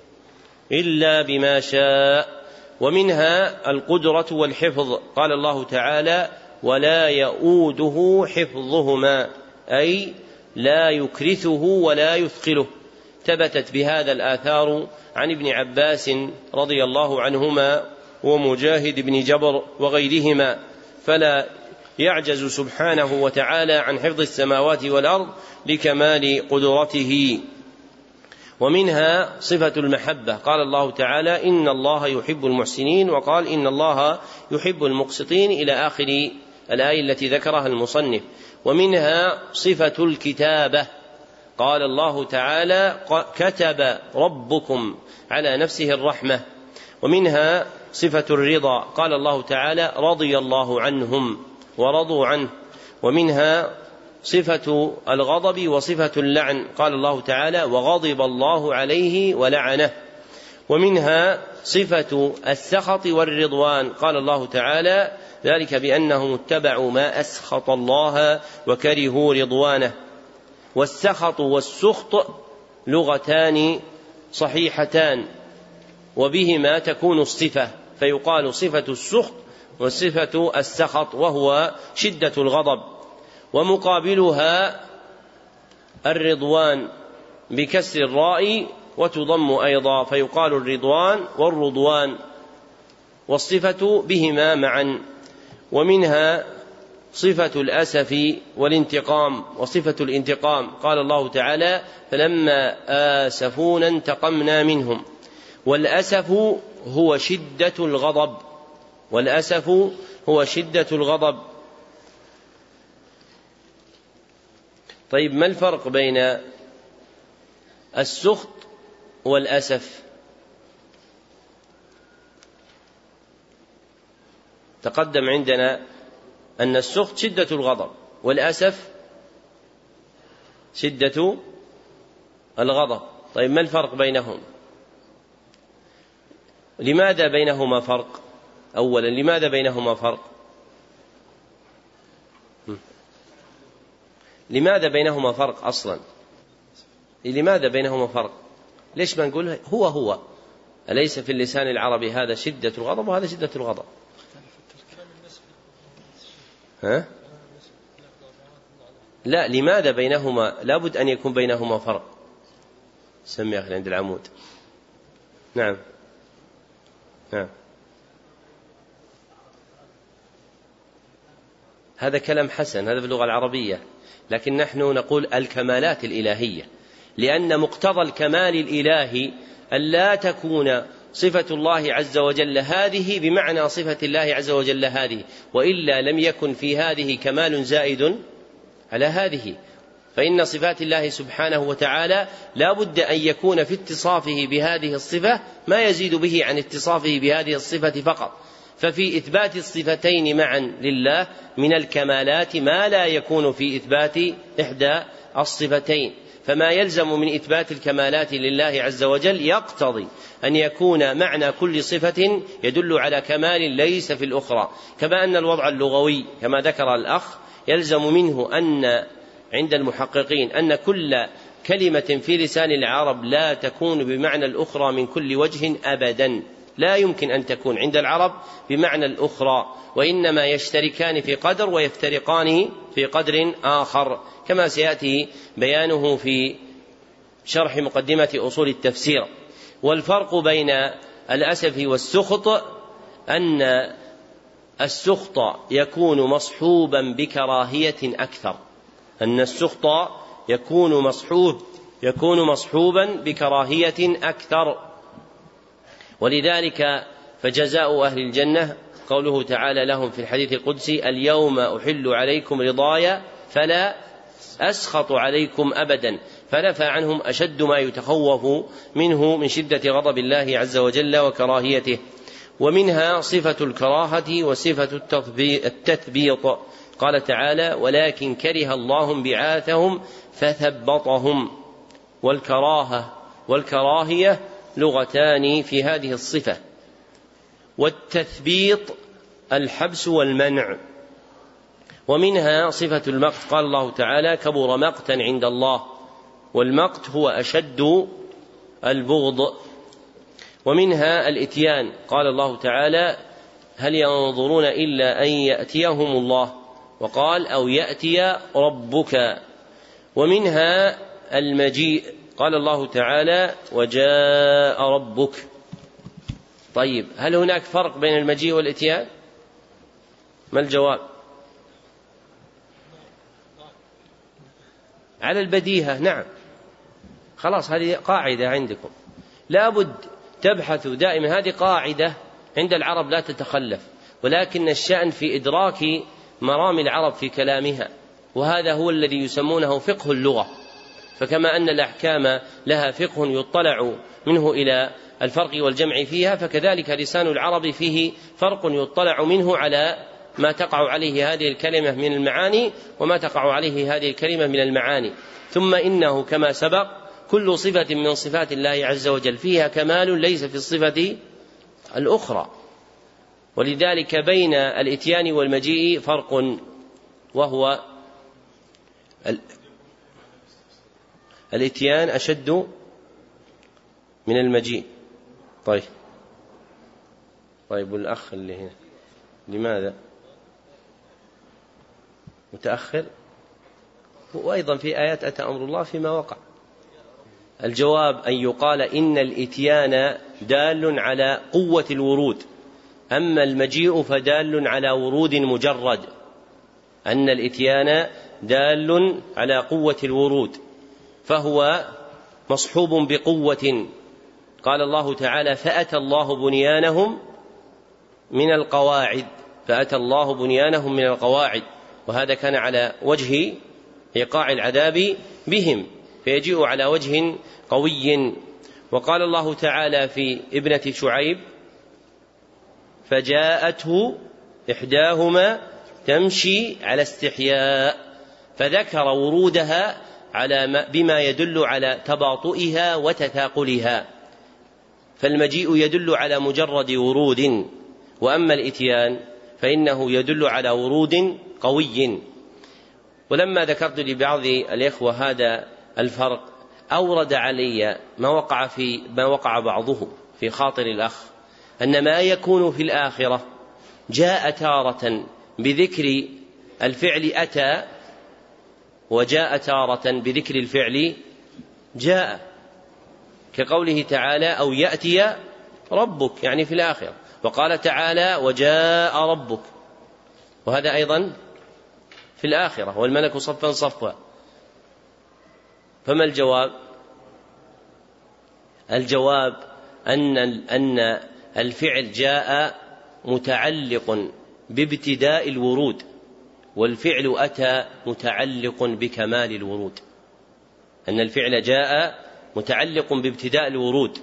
إلا بما شاء. ومنها القدرة والحفظ، قال الله تعالى: ولا يؤوده حفظهما، أي لا يكرثه ولا يثقله. ثبتت بهذا الآثار عن ابن عباس رضي الله عنهما ومجاهد بن جبر وغيرهما، فلا يعجز سبحانه وتعالى عن حفظ السماوات والأرض لكمال قدرته. ومنها صفة المحبة، قال الله تعالى: إن الله يحب المحسنين. وقال: إن الله يحب المقسطين، إلى آخر الآية التي ذكرها المصنف. ومنها صفة الكتابة، قال الله تعالى: كتب ربكم على نفسه الرحمة. ومنها صفة الرضا، قال الله تعالى: رضي الله عنهم ورضوا عنه. ومنها صفة الغضب وصفة اللعن، قال الله تعالى: وغضب الله عليه ولعنه. ومنها صفة السخط والرضوان، قال الله تعالى: ذلك بأنهم اتبعوا ما أسخط الله وكرهوا رضوانه. والسخط والسخط لغتان صحيحتان، وبهما تكون الصفة، فيقال صفة السخط وصفة السخط، وهو شدة الغضب. ومقابلها الرضوان بكسر الراء وتضم أيضا، فيقال الرضوان والرضوان، والصفة بهما معا. ومنها صفة الأسف والانتقام وصفة الانتقام، قال الله تعالى: فلما آسفونا انتقمنا منهم. والأسف هو شدة الغضب، والأسف هو شدة الغضب. طيب، ما الفرق بين السخط والأسف؟ تقدم عندنا أن السخط شدة الغضب، والأسف شدة الغضب. طيب، ما الفرق بينهم؟ لماذا بينهما فرق؟ أولا لماذا بينهما فرق؟ لماذا بينهما فرق أصلا؟ لماذا بينهما فرق؟ ليش ما نقول هو هو؟ أليس في اللسان العربي هذا شدة الغضب وهذا شدة الغضب؟ ها؟ لا، لماذا بينهما لابد أن يكون بينهما فرق؟ سمي أخي عند العمود. نعم نعم، هذا كلام حسن، هذا في اللغة العربية، لكن نحن نقول الكمالات الإلهية، لأن مقتضى الكمال الإلهي ألا تكون صفة الله عز وجل هذه بمعنى صفة الله عز وجل هذه، وإلا لم يكن في هذه كمال زائد على هذه. فإن صفات الله سبحانه وتعالى لا بد أن يكون في اتصافه بهذه الصفة ما يزيد به عن اتصافه بهذه الصفة فقط. ففي إثبات الصفتين معا لله من الكمالات ما لا يكون في إثبات إحدى الصفتين، فما يلزم من إثبات الكمالات لله عز وجل يقتضي أن يكون معنى كل صفة يدل على كمال ليس في الأخرى. كما أن الوضع اللغوي كما ذكر الأخ يلزم منه أن عند المحققين أن كل كلمة في لسان العرب لا تكون بمعنى الأخرى من كل وجه أبدا، لا يمكن أن تكون عند العرب بمعنى الأخرى، وإنما يشتركان في قدر ويفترقان في قدر آخر، كما سيأتي بيانه في شرح مقدمة أصول التفسير. والفرق بين الأسف والسخط أن السخط يكون مصحوبا بكراهية أكثر، أن السخط يكون مصحوبا بكراهية أكثر. ولذلك فجزاء أهل الجنة قوله تعالى لهم في الحديث القدسي اليوم أحل عليكم رضايا فلا أسخط عليكم أبدا، فنفى عنهم أشد ما يتخوف منه من شدة غضب الله عز وجل وكراهيته. ومنها صفة الكراهة وصفة التثبيط، قال تعالى ولكن كره الله بعاثهم فثبطهم. والكراهية لغتان في هذه الصفة، والتثبيط الحبس والمنع. ومنها صفة المقت، قال الله تعالى كبر مقتا عند الله، والمقت هو أشد البغض. ومنها الإتيان، قال الله تعالى هل ينظرون إلا أن يأتيهم الله، وقال أو يأتي ربك. ومنها المجيء، قال الله تعالى وجاء ربك. طيب هل هناك فرق بين المجيء والإتيان؟ ما الجواب؟ على البديهة نعم، خلاص هذه قاعدة عندكم لابد تبحثوا دائما، هذه قاعدة عند العرب لا تتخلف، ولكن الشأن في إدراك مرام العرب في كلامها، وهذا هو الذي يسمونه فقه اللغة. فكما أن الأحكام لها فقه يطلع منه إلى الفرق والجمع فيها، فكذلك لسان العرب فيه فرق يطلع منه على ما تقع عليه هذه الكلمة من المعاني وما تقع عليه هذه الكلمة من المعاني. ثم إنه كما سبق كل صفة من صفات الله عز وجل فيها كمال ليس في الصفة الأخرى، ولذلك بين الإتيان والمجيء فرق، وهو الإتيان أشد من المجيء. طيب والأخ اللي هنا لماذا متأخر؟ وأيضا في آيات أتى أمر الله فيما وقع. الجواب أن يقال إن الإتيان دال على قوة الورود، أما المجيء فدال على ورود مجرد. أن الإتيان دال على قوة الورود فهو مصحوب بقوة. قال الله تعالى فأتى الله بنيانهم من القواعد، وهذا كان على وجه إيقاع العذاب بهم، فيجيء على وجه قوي. وقال الله تعالى في ابنة شعيب فجاءته إحداهما تمشي على استحياء، فذكر ورودها بما يدل على تباطؤها وتثاقلها. فالمجيء يدل على مجرد ورود، وأما الإتيان فإنه يدل على ورود قوي. ولما ذكرت لبعض الإخوة هذا الفرق أورد علي ما وقع بعضه في خاطر الأخ، أن ما يكون في الآخرة جاء تارة بذكر الفعل أتى، وجاء تارة بذكر الفعل جاء، كقوله تعالى أو يأتي ربك يعني في الآخرة، وقال تعالى وجاء ربك، وهذا أيضا في الآخرة والملك صفا صفا. فما الجواب؟ الجواب أن الفعل جاء متعلق بابتداء الورود، والفعل أتى متعلق بكمال الورود. أن الفعل جاء متعلق بابتداء الورود،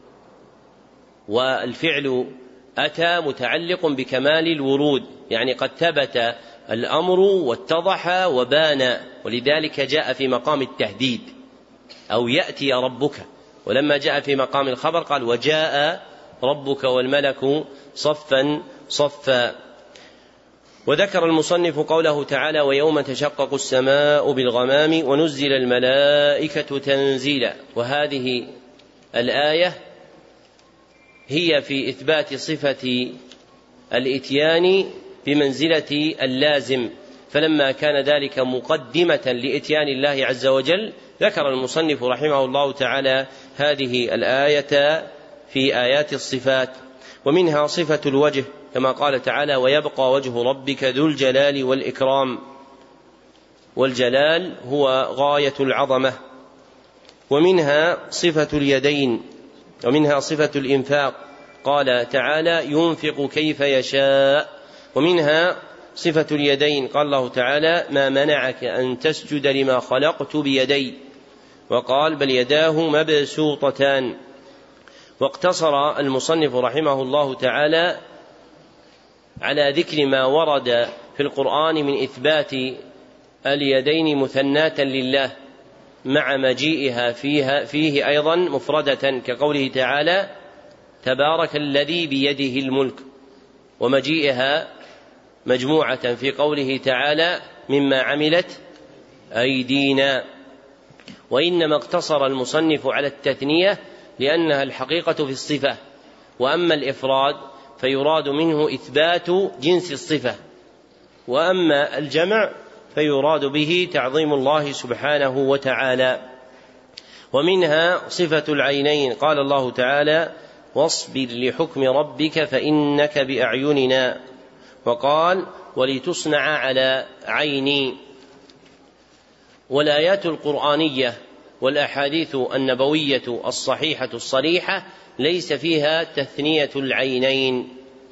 والفعل أتى متعلق بكمال الورود، يعني قد ثبت الأمر واتضح وبان، ولذلك جاء في مقام التهديد أو يأتي ربك، ولما جاء في مقام الخبر قال وجاء ربك والملك صفا صفا. وذكر المصنف قوله تعالى ويوم تشقق السماء بالغمام ونزل الملائكة تنزيلا، وهذه الآية هي في إثبات صفة الإتيان بمنزلة اللازم، فلما كان ذلك مقدمة لإتيان الله عز وجل ذكر المصنف رحمه الله تعالى هذه الآية في آيات الصفات. ومنها صفة الوجه كما قال تعالى ويبقى وجه ربك ذو الجلال والإكرام، والجلال هو غاية العظمة. ومنها صفة اليدين، ومنها صفة الإنفاق، قال تعالى ينفق كيف يشاء. ومنها صفة اليدين، قال الله تعالى ما منعك أن تسجد لما خلقت بيدي، وقال بل يداه مبسوطتان. واقتصر المصنف رحمه الله تعالى على ذكر ما ورد في القرآن من إثبات اليدين مثناة لله مع مجيئها فيه أيضا مفردة، كقوله تعالى تبارك الذي بيده الملك، ومجيئها مجموعة في قوله تعالى مما عملت أيدينا. وإنما اقتصر المصنف على التثنية لأنها الحقيقة في الصفة، وأما الإفراد فيراد منه إثبات جنس الصفة، وأما الجمع فيراد به تعظيم الله سبحانه وتعالى. ومنها صفة العينين، قال الله تعالى واصبر لحكم ربك فإنك بأعيننا، وقال ولتصنع على عيني. والآيات القرآنية والأحاديث النبوية الصحيحة الصريحة ليس فيها تثنية العينين،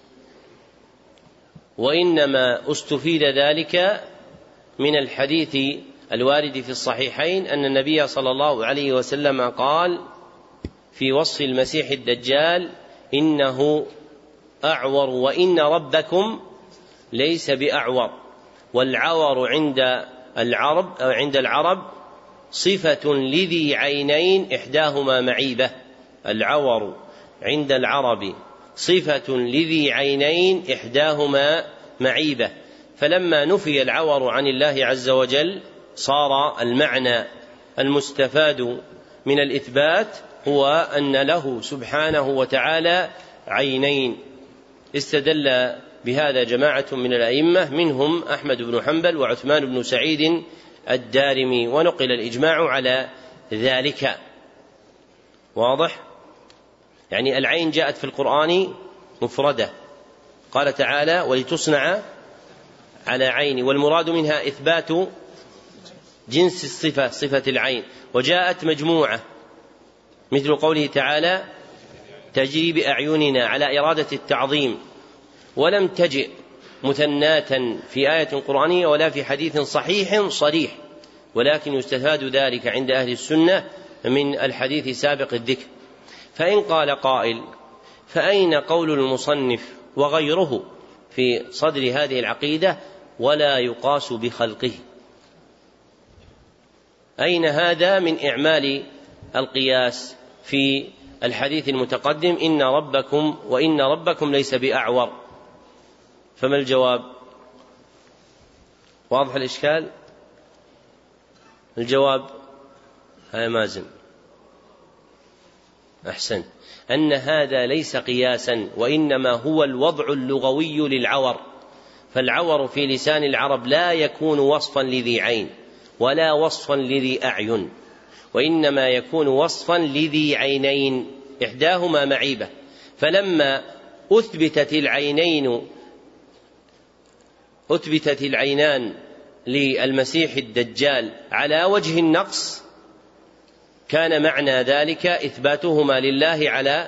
وإنما استفيد ذلك من الحديث الوارد في الصحيحين أن النبي صلى الله عليه وسلم قال في وصف المسيح الدجال إنه أعور وإن ربكم ليس بأعور. والعور عند العرب صفة لذي عينين إحداهما معيبة، العور عند العرب صفة لذي عينين إحداهما معيبة، فلما نفي العور عن الله عز وجل صار المعنى المستفاد من الإثبات هو أن له سبحانه وتعالى عينين. استدل بهذا جماعة من الأئمة منهم أحمد بن حنبل وعثمان بن سعيد الدارمي، ونقل الإجماع على ذلك. واضح؟ يعني العين جاءت في القرآن مفردة، قال تعالى ولتصنع على عيني، والمراد منها إثبات جنس الصفة، صفة العين. وجاءت مجموعة مثل قوله تعالى تجري بأعيننا على إرادة التعظيم، ولم تجئ مثناة في آية قرآنية ولا في حديث صحيح صريح، ولكن يستفاد ذلك عند أهل السنة من الحديث سابق الذكر. فإن قال قائل فأين قول المصنف وغيره في صدر هذه العقيدة ولا يقاس بخلقه؟ أين هذا من إعمال القياس في الحديث المتقدم إن ربكم وإن ربكم ليس بأعور. فما الجواب؟ واضح الإشكال؟ الجواب هاي مازن أحسن، أن هذا ليس قياسا وإنما هو الوضع اللغوي للعور، فالعور في لسان العرب لا يكون وصفا لذي عين ولا وصفا لذي أعين، وإنما يكون وصفا لذي عينين إحداهما معيبة. فلما أثبتت العينان للمسيح الدجال على وجه النقص كان معنى ذلك إثباتهما لله على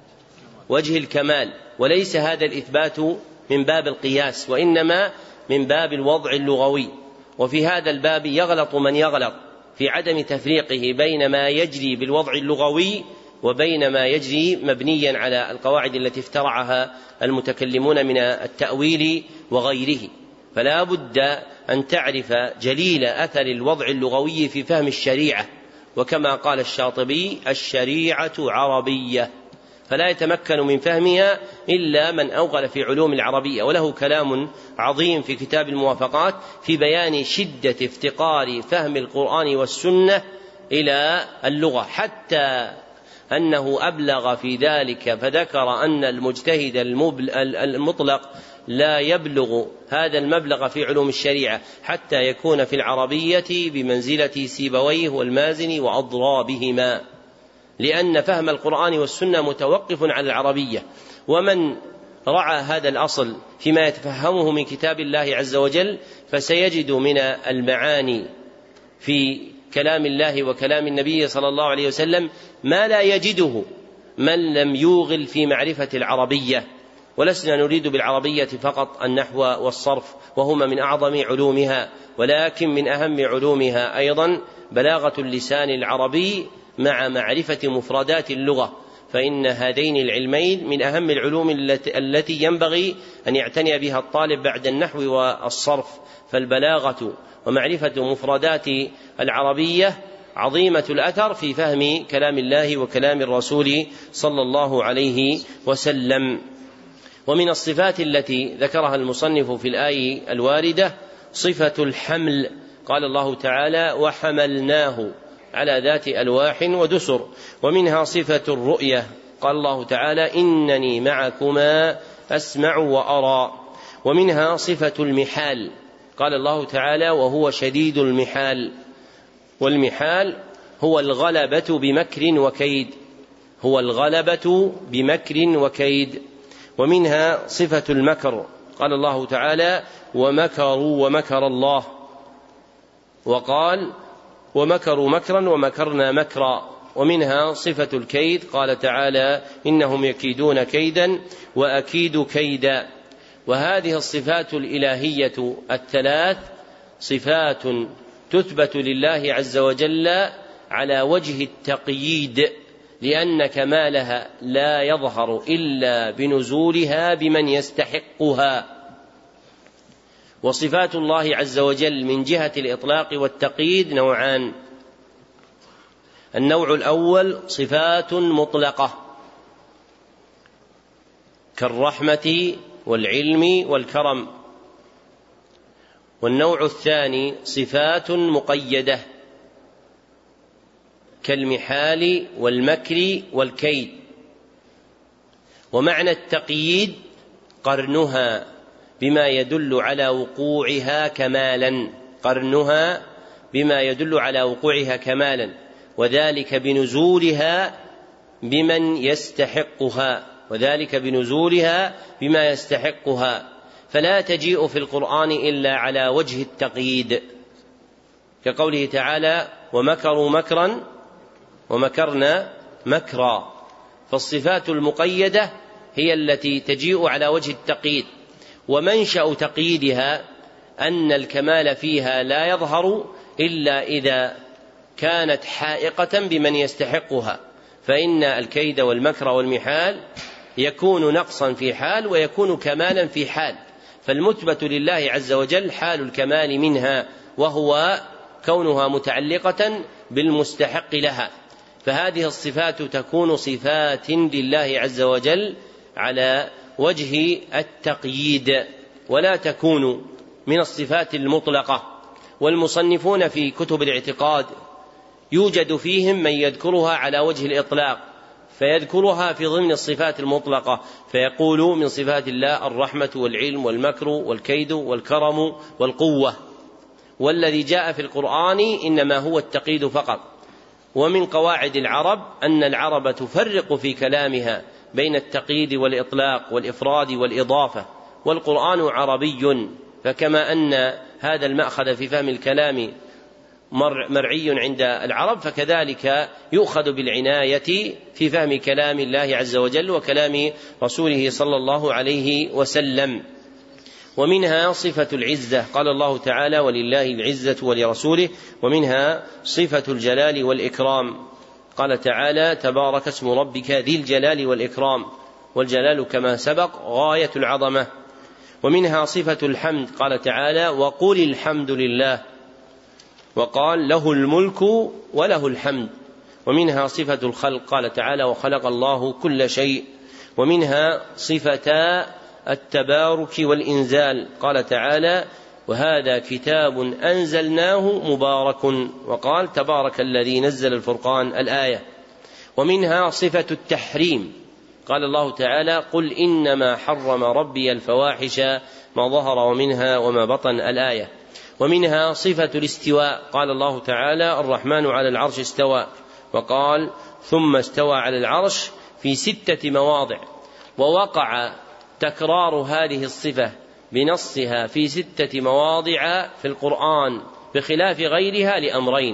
وجه الكمال، وليس هذا الإثبات من باب القياس وإنما من باب الوضع اللغوي. وفي هذا الباب يغلط من يغلط في عدم تفريقه بين ما يجري بالوضع اللغوي وبين ما يجري مبنيا على القواعد التي افترعها المتكلمون من التأويل وغيره. فلا بد أن تعرف جليل أثر الوضع اللغوي في فهم الشريعة، وكما قال الشاطبي الشريعة عربية، فلا يتمكن من فهمها إلا من أوغل في علوم العربية. وله كلام عظيم في كتاب الموافقات في بيان شدة افتقار فهم القرآن والسنة إلى اللغة، حتى أنه أبلغ في ذلك فذكر أن المجتهد المطلق لا يبلغ هذا المبلغ في علوم الشريعة حتى يكون في العربية بمنزلة سيبويه والمازني وأضرابهما، لأن فهم القرآن والسنة متوقف على العربية. ومن رعى هذا الأصل فيما يتفهمه من كتاب الله عز وجل فسيجد من المعاني في كلام الله وكلام النبي صلى الله عليه وسلم ما لا يجده من لم يوغل في معرفة العربية. ولسنا نريد بالعربية فقط النحو والصرف وهما من أعظم علومها، ولكن من أهم علومها أيضا بلاغة اللسان العربي مع معرفة مفردات اللغة، فإن هذين العلمين من أهم العلوم التي ينبغي أن يعتني بها الطالب بعد النحو والصرف. فالبلاغة ومعرفة مفردات العربية عظيمة الأثر في فهم كلام الله وكلام الرسول صلى الله عليه وسلم. ومن الصفات التي ذكرها المصنف في الآية الواردة صفة الحمل، قال الله تعالى وحملناه على ذات ألواح ودسر. ومنها صفة الرؤية، قال الله تعالى إنني معكما أسمع وأرى. ومنها صفة المحال، قال الله تعالى وهو شديد المحال، والمحال هو الغلبة بمكر وكيد، هو الغلبة بمكر وكيد. ومنها صفة المكر، قال الله تعالى ومكروا ومكر الله، وقال ومكروا مكرا ومكرنا مكرا. ومنها صفة الكيد، قال تعالى إنهم يكيدون كيدا وأكيد كيدا. وهذه الصفات الإلهية الثلاث صفات تثبت لله عز وجل على وجه التقييد، لأن كمالها لا يظهر إلا بنزولها بمن يستحقها. وصفات الله عز وجل من جهة الإطلاق والتقييد نوعان: النوع الأول صفات مطلقة كالرحمة والعلم والكرم، والنوع الثاني صفات مقيدة كالمحال والمكر والكيد. ومعنى التقييد قرنها بما يدل على وقوعها كمالا، قرنها بما يدل على وقوعها كمالا، وذلك بنزولها بمن يستحقها، وذلك بنزولها بما يستحقها، فلا تجيء في القرآن إلا على وجه التقييد، كقوله تعالى ومكروا مكرا ومكرنا مكرا. فالصفات المقيدة هي التي تجيء على وجه التقييد، ومنشأ تقييدها أن الكمال فيها لا يظهر إلا إذا كانت حائقة بمن يستحقها، فإن الكيد والمكر والمحال يكون نقصا في حال ويكون كمالا في حال، فالمثبت لله عز وجل حال الكمال منها وهو كونها متعلقة بالمستحق لها، فهذه الصفات تكون صفات لله عز وجل على وجه التقييد ولا تكون من الصفات المطلقة. والمصنفون في كتب الاعتقاد يوجد فيهم من يذكرها على وجه الإطلاق فيذكرها في ضمن الصفات المطلقة، فيقول من صفات الله الرحمة والعلم والمكر والكيد والكرم والقوة، والذي جاء في القرآن إنما هو التقييد فقط. ومن قواعد العرب أن العرب تفرق في كلامها بين التقييد والإطلاق والإفراد والإضافة، والقرآن عربي، فكما أن هذا المأخذ في فهم الكلام مرعي عند العرب، فكذلك يؤخذ بالعناية في فهم كلام الله عز وجل وكلام رسوله صلى الله عليه وسلم. ومنها صفة العزة، قال الله تعالى ولله العزة ولرسوله، ومنها صفة الجلال والإكرام، قال تعالى تبارك اسم ربك ذي الجلال والإكرام، والجلال كما سبق غاية العظمة. ومنها صفة الحمد، قال تعالى وقل الحمد لله، وقال له الملك وله الحمد. ومنها صفة الخلق، قال تعالى وخلق الله كل شيء. ومنها صفة التبارك والإنزال، قال تعالى وهذا كتاب أنزلناه مبارك، وقال تبارك الذي نزل الفرقان الآية. ومنها صفة التحريم، قال الله تعالى قل إنما حرم ربي الفواحش ما ظهر ومنها وما بطن الآية. ومنها صفة الاستواء، قال الله تعالى الرحمن على العرش استوى، وقال ثم استوى على العرش في 6 مواضع، ووقع تكرار هذه الصفة بنصها في 6 مواضع في القرآن بخلاف غيرها لأمرين: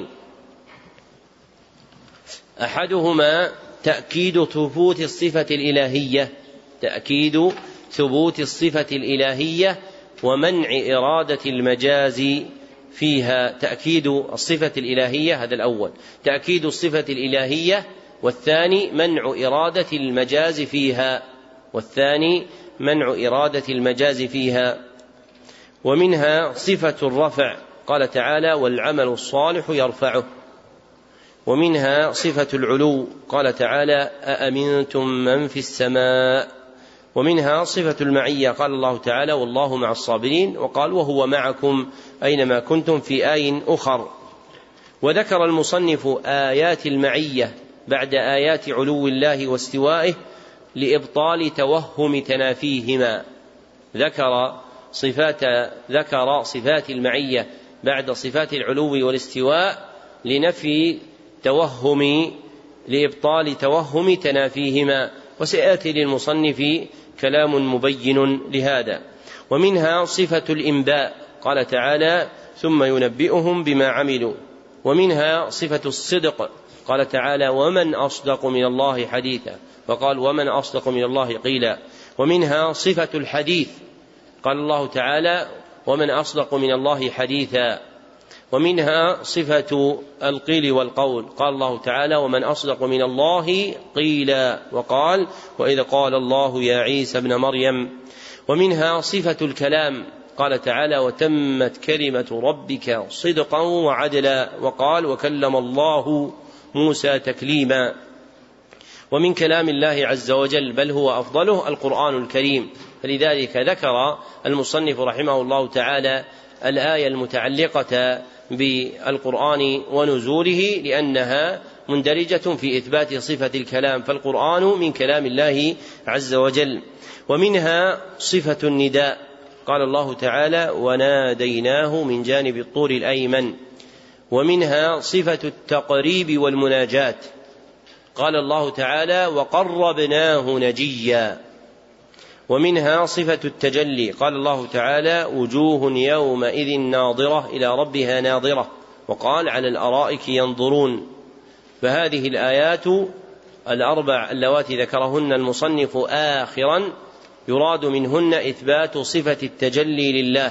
أحدهما تأكيد ثبوت الصفة الإلهية، تأكيد ثبوت الصفة الإلهية ومنع إرادة المجاز فيها. تأكيد الصفة الإلهية هذا الأول، تأكيد الصفة الإلهية، والثاني منع إرادة المجاز فيها، ومنها صفة الرفع، قال تعالى والعمل الصالح يرفعه. ومنها صفة العلو، قال تعالى أأمنتم من في السماء. ومنها صفة المعية، قال الله تعالى والله مع الصابرين، وقال وهو معكم أينما كنتم في آي أخر. وذكر المصنف آيات المعية بعد آيات علو الله واستوائه لإبطال توهم تنافيهما، ذكر صفات المعية بعد صفات العلو والاستواء لإبطال توهم تنافيهما، وسيأتي للمصنف كلام مبين لهذا. ومنها صفة الإنباء، قال تعالى ثم ينبئهم بما عملوا. ومنها صفة الصدق، قال تعالى ومن أصدق من الله حديثا، وقال ومن أصدق من الله قيلا. ومنها صفة الحديث، قال الله تعالى ومن أصدق من الله حديثا. ومنها صفة القيل والقول، قال الله تعالى ومن أصدق من الله قيلا، وقال وإذ قال الله يا عيسى ابن مريم. ومنها صفة الكلام، قال تعالى وتمت كلمة ربك صدقا وعدلا، وقال وكلم الله موسى تكليما. ومن كلام الله عز وجل بل هو أفضله القرآن الكريم، فلذلك ذكر المصنف رحمه الله تعالى الآية المتعلقة بالقرآن ونزوله لأنها مندرجة في إثبات صفة الكلام، فالقرآن من كلام الله عز وجل. ومنها صفة النداء، قال الله تعالى وناديناه من جانب الطور الأيمن. ومنها صفة التقريب والمناجاة، قال الله تعالى وقربناه نجيا. ومنها صفة التجلي، قال الله تعالى وجوه يومئذ ناظرة إلى ربها ناظرة، وقال على الأرائك ينظرون. فهذه الآيات الأربع اللواتي ذكرهن المصنف آخرا يراد منهن إثبات صفة التجلي لله،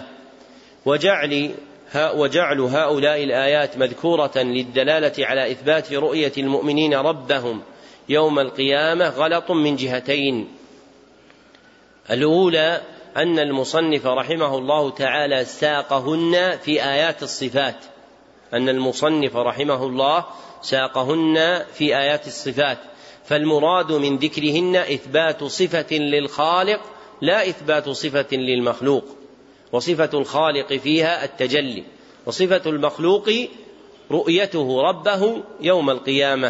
وجعل هؤلاء الآيات مذكورة للدلالة على إثبات رؤية المؤمنين ربهم يوم القيامة غلط من جهتين: الأولى أن المصنف رحمه الله تعالى ساقهن في آيات الصفات، أن المصنف رحمه الله ساقهن في آيات الصفات، فالمراد من ذكرهن إثبات صفة للخالق لا إثبات صفة للمخلوق، وصفة الخالق فيها التجلي، وصفة المخلوق رؤيته ربه يوم القيامة.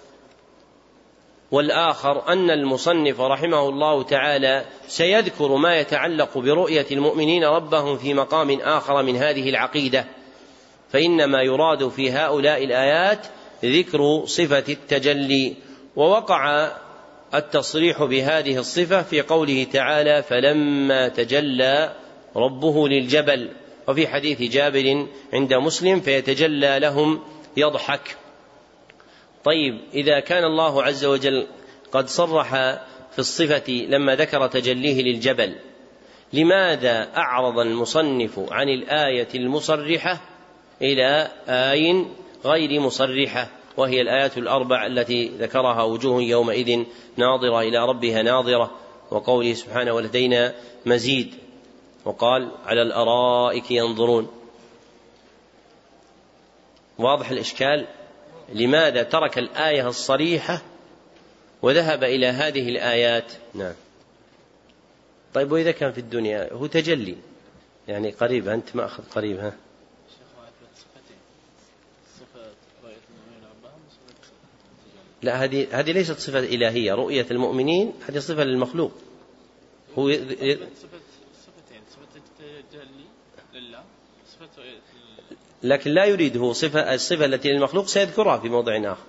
والآخر أن المصنف رحمه الله تعالى سيذكر ما يتعلق برؤية المؤمنين ربهم في مقام آخر من هذه العقيدة، فإنما يراد في هؤلاء الآيات ذكر صفة التجلي. ووقع التصريح بهذه الصفة في قوله تعالى: فلما تجلى ربه للجبل، وفي حديث جابر عند مسلم: فيتجلى لهم يضحك. طيب، إذا كان الله عز وجل قد صرح في الصفة لما ذكر تجليه للجبل، لماذا أعرض المصنف عن الآية المصرحة إلى آي غير مصرحة، وهي الآيات الأربع التي ذكرها: وجوه يومئذ ناظرة إلى ربها ناظرة، وقوله سبحانه: ولدينا مزيد، وقال: على الأرائك ينظرون. واضح الإشكال؟ لماذا ترك الآية الصريحة وذهب إلى هذه الآيات؟ نعم. طيب، وإذا كان في الدنيا هو تجلي يعني قريب، أنت ما أخذ قريب؟ ها، لا، هذه ليست صفة إلهية. رؤية المؤمنين هذه صفة للمخلوق. هو صفتين: صفة التجلي لله، لكن لا يريد هو الصفة التي للمخلوق سيذكرها في موضع آخر.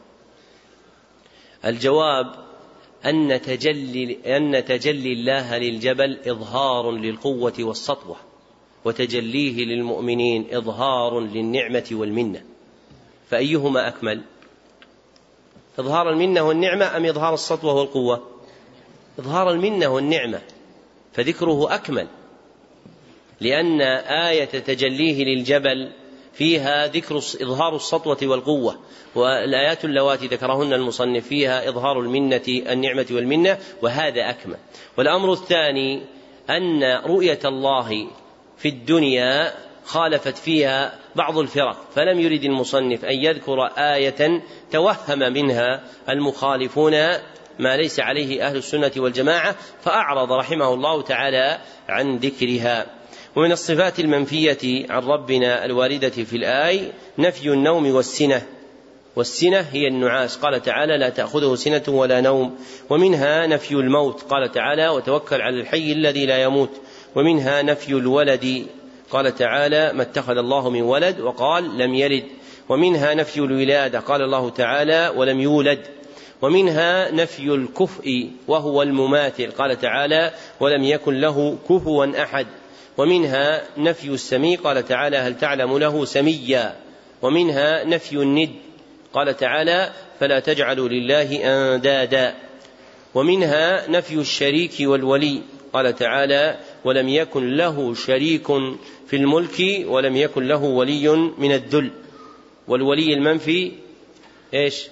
الجواب أن تجلي الله للجبل إظهار للقوة والسطوة، وتجليه للمؤمنين إظهار للنعمة والمنة، فأيهما أكمل؟ إظهار المنة والنعمة أم إظهار السطوة والقوة؟ إظهار المنة والنعمة، فذكره أكمل، لأن آية تجليه للجبل فيها ذكر إظهار السطوة والقوة، والآيات اللواتي ذكرهن المصنف فيها إظهار النعمة والمنة، وهذا أكمل. والأمر الثاني أن رؤية الله في الدنيا خالفت فيها بعض الفرق، فلم يرد المصنف أن يذكر آية توهم منها المخالفون ما ليس عليه أهل السنة والجماعة، فأعرض رحمه الله تعالى عن ذكرها. ومن الصفات المنفية عن ربنا الواردة في الآية نفي النوم والسنة، والسنة هي النعاس، قال تعالى: لا تأخذه سنة ولا نوم. ومنها نفي الموت، قال تعالى: وتوكل على الحي الذي لا يموت. ومنها نفي الولد، قال تعالى: ما اتخذ الله من ولد، وقال: لم يلد. ومنها نفي الولادة، قال الله تعالى: ولم يولد. ومنها نفي الكفء وهو المماثل، قال تعالى: ولم يكن له كفوا أحد. ومنها نفي السميع، قال تعالى: هل تعلم له سميا. ومنها نفي الند، قال تعالى: فلا تجعلوا لله أندادا. ومنها نفي الشريك والولي، قال تعالى: ولم يكن له شريك في الملك ولم يكن له ولي من الذل. والولي المنفي إيش؟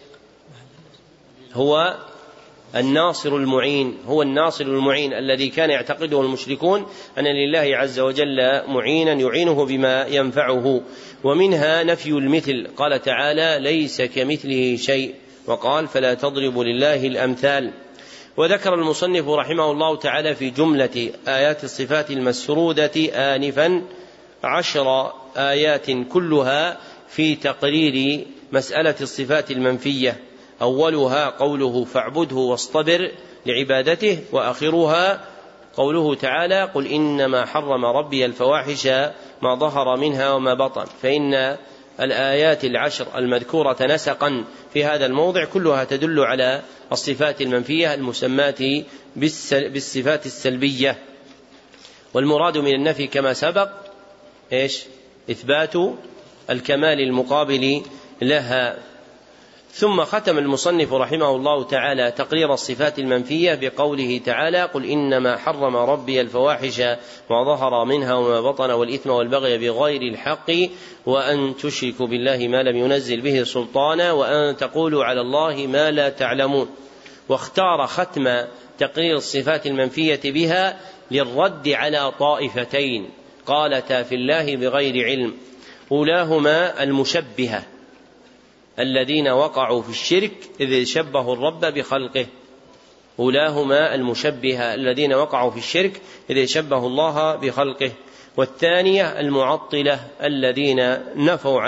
هو الناصر المعين، هو الناصر المعين الذي كان يعتقده المشركون أن لله عز وجل معينا يعينه بما ينفعه. ومنها نفي المثل، قال تعالى: ليس كمثله شيء، وقال: فلا تضربوا لله الأمثال. وذكر المصنف رحمه الله تعالى في جملة آيات الصفات المسرودة آنفا 10 آيات كلها في تقرير مسألة الصفات المنفية. أولها قوله: فاعبده واصطبر لعبادته، وآخرها قوله تعالى: قل إنما حرم ربي الفواحش ما ظهر منها وما بطن. فإن الآيات 10 المذكورة نسقا في هذا الموضع كلها تدل على الصفات المنفية المسماة بالصفات السلبية. والمراد من النفي كما سبق إيش؟ إثبات الكمال المقابل لها. ثم ختم المصنف رحمه الله تعالى تقرير الصفات المنفية بقوله تعالى: قل إنما حرم ربي الفواحش ما ظهر منها وما بطن والإثم والبغي بغير الحق وأن تشركوا بالله ما لم ينزل به سلطانا وأن تقولوا على الله ما لا تعلمون. واختار ختم تقرير الصفات المنفية بها للرد على طائفتين قالتا في الله بغير علم، أولاهما المشبهة الذين وقعوا في الشرك إذ شبهوا الرب بخلقه، أولاهما المشبهة الذين وقعوا في الشرك إذ شبهوا الله بخلقه. والثانية المعطلة الذين نفوا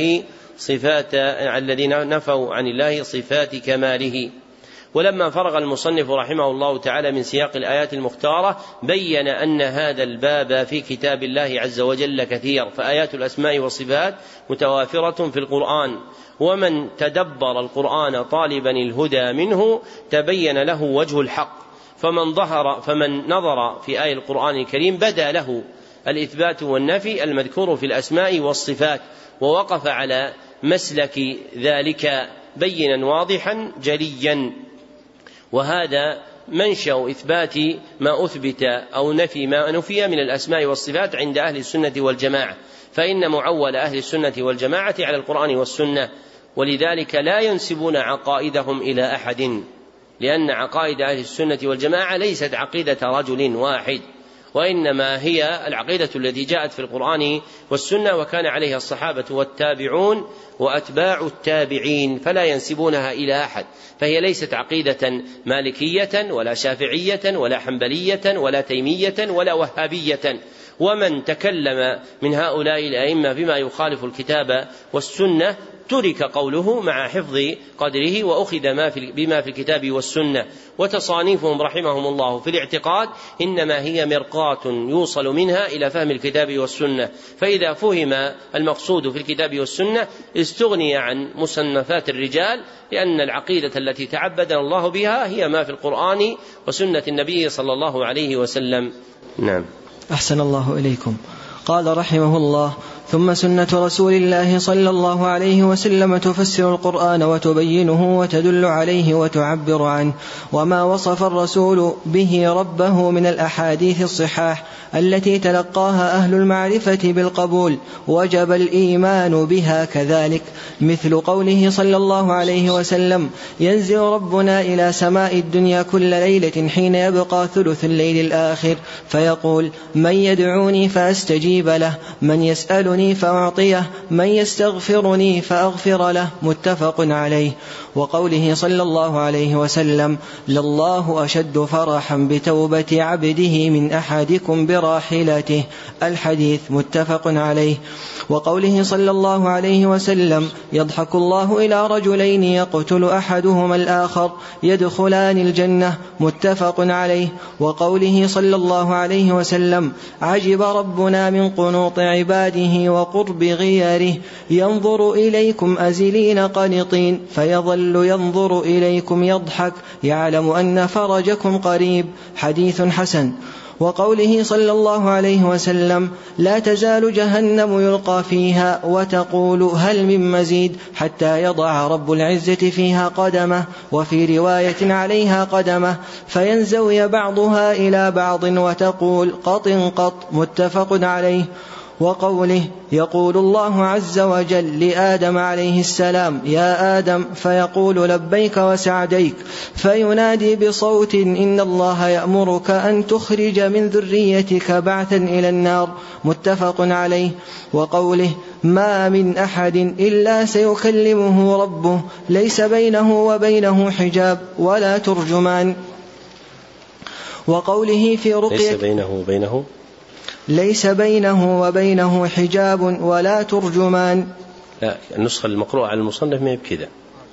عن الله صفات كماله. ولما فرغ المصنف رحمه الله تعالى من سياق الآيات المختارة بين أن هذا الباب في كتاب الله عز وجل كثير، فآيات الأسماء والصفات متوافرة في القرآن، ومن تدبر القرآن طالبا الهدى منه تبين له وجه الحق، فمن نظر في آية القرآن الكريم بدا له الإثبات والنفي المذكور في الأسماء والصفات، ووقف على مسلك ذلك بينا واضحا جليا. وهذا منشأ إثبات ما أثبت أو نفي ما نفي من الأسماء والصفات عند أهل السنة والجماعة، فإن معول أهل السنة والجماعة على القرآن والسنة، ولذلك لا ينسبون عقائدهم إلى أحد، لأن عقائد أهل السنة والجماعة ليست عقيدة رجل واحد، وإنما هي العقيدة التي جاءت في القرآن والسنة وكان عليها الصحابة والتابعون وأتباع التابعين، فلا ينسبونها إلى أحد، فهي ليست عقيدة مالكية ولا شافعية ولا حنبلية ولا تيمية ولا وهابية. ومن تكلم من هؤلاء الأئمة بما يخالف الكتاب والسنة ترك قوله مع حفظ قدره، وأخذ بما في الكتاب والسنة. وتصانيفهم رحمهم الله في الاعتقاد إنما هي مرقاة يوصل منها إلى فهم الكتاب والسنة، فإذا فهم المقصود في الكتاب والسنة استغني عن مصنفات الرجال، لأن العقيدة التي تعبدنا الله بها هي ما في القرآن وسنة النبي صلى الله عليه وسلم. نعم. أحسن الله إليكم. قال رحمه الله: ثم سنة رسول الله صلى الله عليه وسلم تفسر القرآن وتبينه وتدل عليه وتعبر عنه، وما وصف الرسول به ربه من الأحاديث الصحاح التي تلقاها أهل المعرفة بالقبول وجب الإيمان بها كذلك، مثل قوله صلى الله عليه وسلم: ينزل ربنا إلى سماء الدنيا كل ليلة حين يبقى ثلث الليل الآخر فيقول: من يدعوني فأستجيب له، من يسألني فأعطيه، من يستغفرني فأغفر له، متفق عليه. وقوله صلى الله عليه وسلم: لله أشد فرحا بتوبة عبده من أحدكم براحلته، الحديث متفق عليه. وقوله صلى الله عليه وسلم: يضحك الله إلى رجلين يقتل أحدهما الآخر يدخلان الجنة، متفق عليه. وقوله صلى الله عليه وسلم: عجب ربنا من قنوط عباده وقرب غياره، ينظر إليكم أزلين قنطين فيظل ينظر إليكم يضحك، يعلم أن فرجكم قريب، حديث حسن. وقوله صلى الله عليه وسلم: لا تزال جهنم يلقى فيها وتقول هل من مزيد حتى يضع رب العزة فيها قدمه، وفي رواية عليها قدمه، فينزوي بعضها إلى بعض وتقول قط قط، متفق عليه. وقوله: يقول الله عز وجل لآدم عليه السلام: يا آدم، فيقول لبيك وسعديك، فينادي بصوت: إن الله يأمرك أن تخرج من ذريتك بعثا إلى النار، متفق عليه. وقوله: ما من أحد إلا سيكلمه ربه ليس بينه وبينه حجاب ولا ترجمان. وقوله في رقية: ليس بينه وبينه حجاب ولا ترجمان. لا، النسخة المقروءة على المصنف ما بكذا.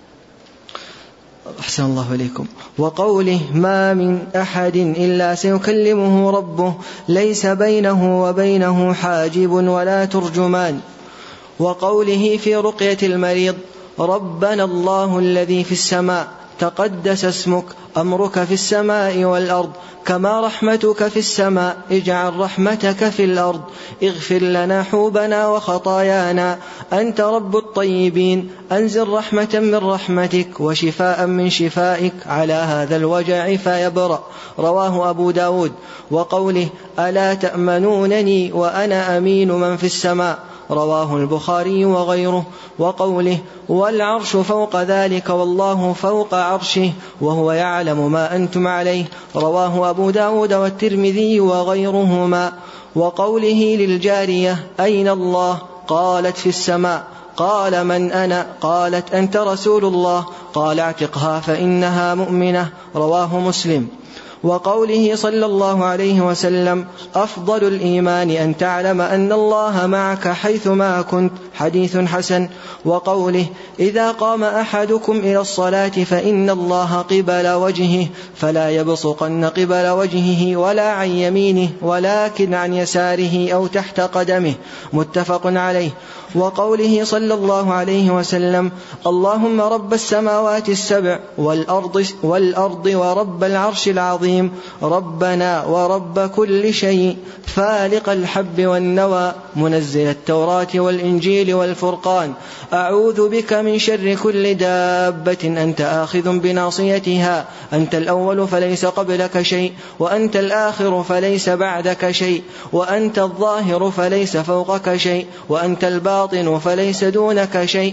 أحسن الله إليكم. وقوله: ما من أحد إلا سيكلمه ربه ليس بينه وبينه حاجب ولا ترجمان. وقوله في رقية المريض: ربنا الله الذي في السماء، تقدس اسمك، أمرك في السماء والأرض، كما رحمتك في السماء، اجعل رحمتك في الأرض، اغفر لنا حوبنا وخطايانا، أنت رب الطيبين، أنزل رحمة من رحمتك وشفاء من شفائك على هذا الوجع فيبرأ، رواه أبو داود. وقوله: ألا تأمنونني وأنا أمين من في السماء، رواه البخاري وغيره. وقوله: والعرش فوق ذلك والله فوق عرشه وهو يعلم ما أنتم عليه، رواه أبو داود والترمذي وغيرهما. وقوله للجارية: أين الله، قالت في السماء. قال من أنا؟ قالت أنت رسول الله. قال اعتقها فإنها مؤمنة. رواه مسلم. وقوله صلى الله عليه وسلم أفضل الإيمان أن تعلم أن الله معك حيثما كنت، حديث حسن. وقوله إذا قام أحدكم إلى الصلاة فإن الله قبل وجهه فلا يبصقن قبل وجهه ولا عن يمينه ولكن عن يساره أو تحت قدمه، متفق عليه. وقوله صلى الله عليه وسلم اللهم رب السماوات السبع والأرض ورب العرش العظيم، ربنا ورب كل شيء، فالق الحب والنوى، منزل التوراة والإنجيل والفرقان، أعوذ بك من شر كل دابة أنت آخذ بناصيتها، أنت الأول فليس قبلك شيء، وأنت الآخر فليس بعدك شيء، وأنت الظاهر فليس فوقك شيء، وأنت الباطن فليس دونك شيء،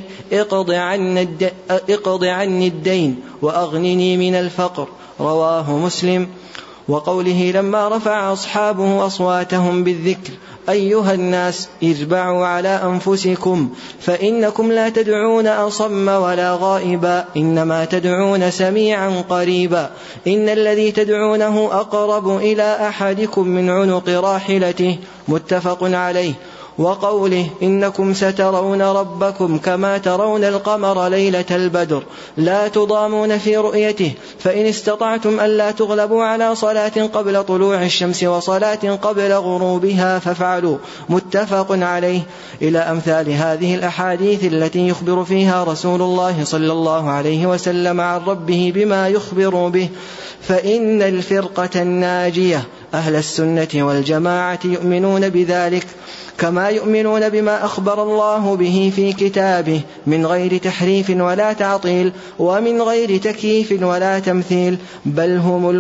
اقض عني الدين وأغنني من الفقر. رواه مسلم. وقوله لما رفع أصحابه أصواتهم بالذكر أيها الناس اربعوا على أنفسكم فإنكم لا تدعون أصم ولا غائبا، إنما تدعون سميعا قريبا، إن الذي تدعونه أقرب إلى أحدكم من عنق راحلته، متفق عليه. وقوله إنكم سترون ربكم كما ترون القمر ليلة البدر لا تضامون في رؤيته، فإن استطعتم ألا تغلبوا على صلاة قبل طلوع الشمس وصلاة قبل غروبها فافعلوا، متفق عليه. إلى أمثال هذه الأحاديث التي يخبر فيها رسول الله صلى الله عليه وسلم عن ربه بما يخبر به. فإن الفرقة الناجية أهل السنة والجماعة يؤمنون بذلك كما يؤمنون بما أخبر الله به في كتابه من غير تحريف ولا تعطيل ومن غير تكييف ولا تمثيل، بل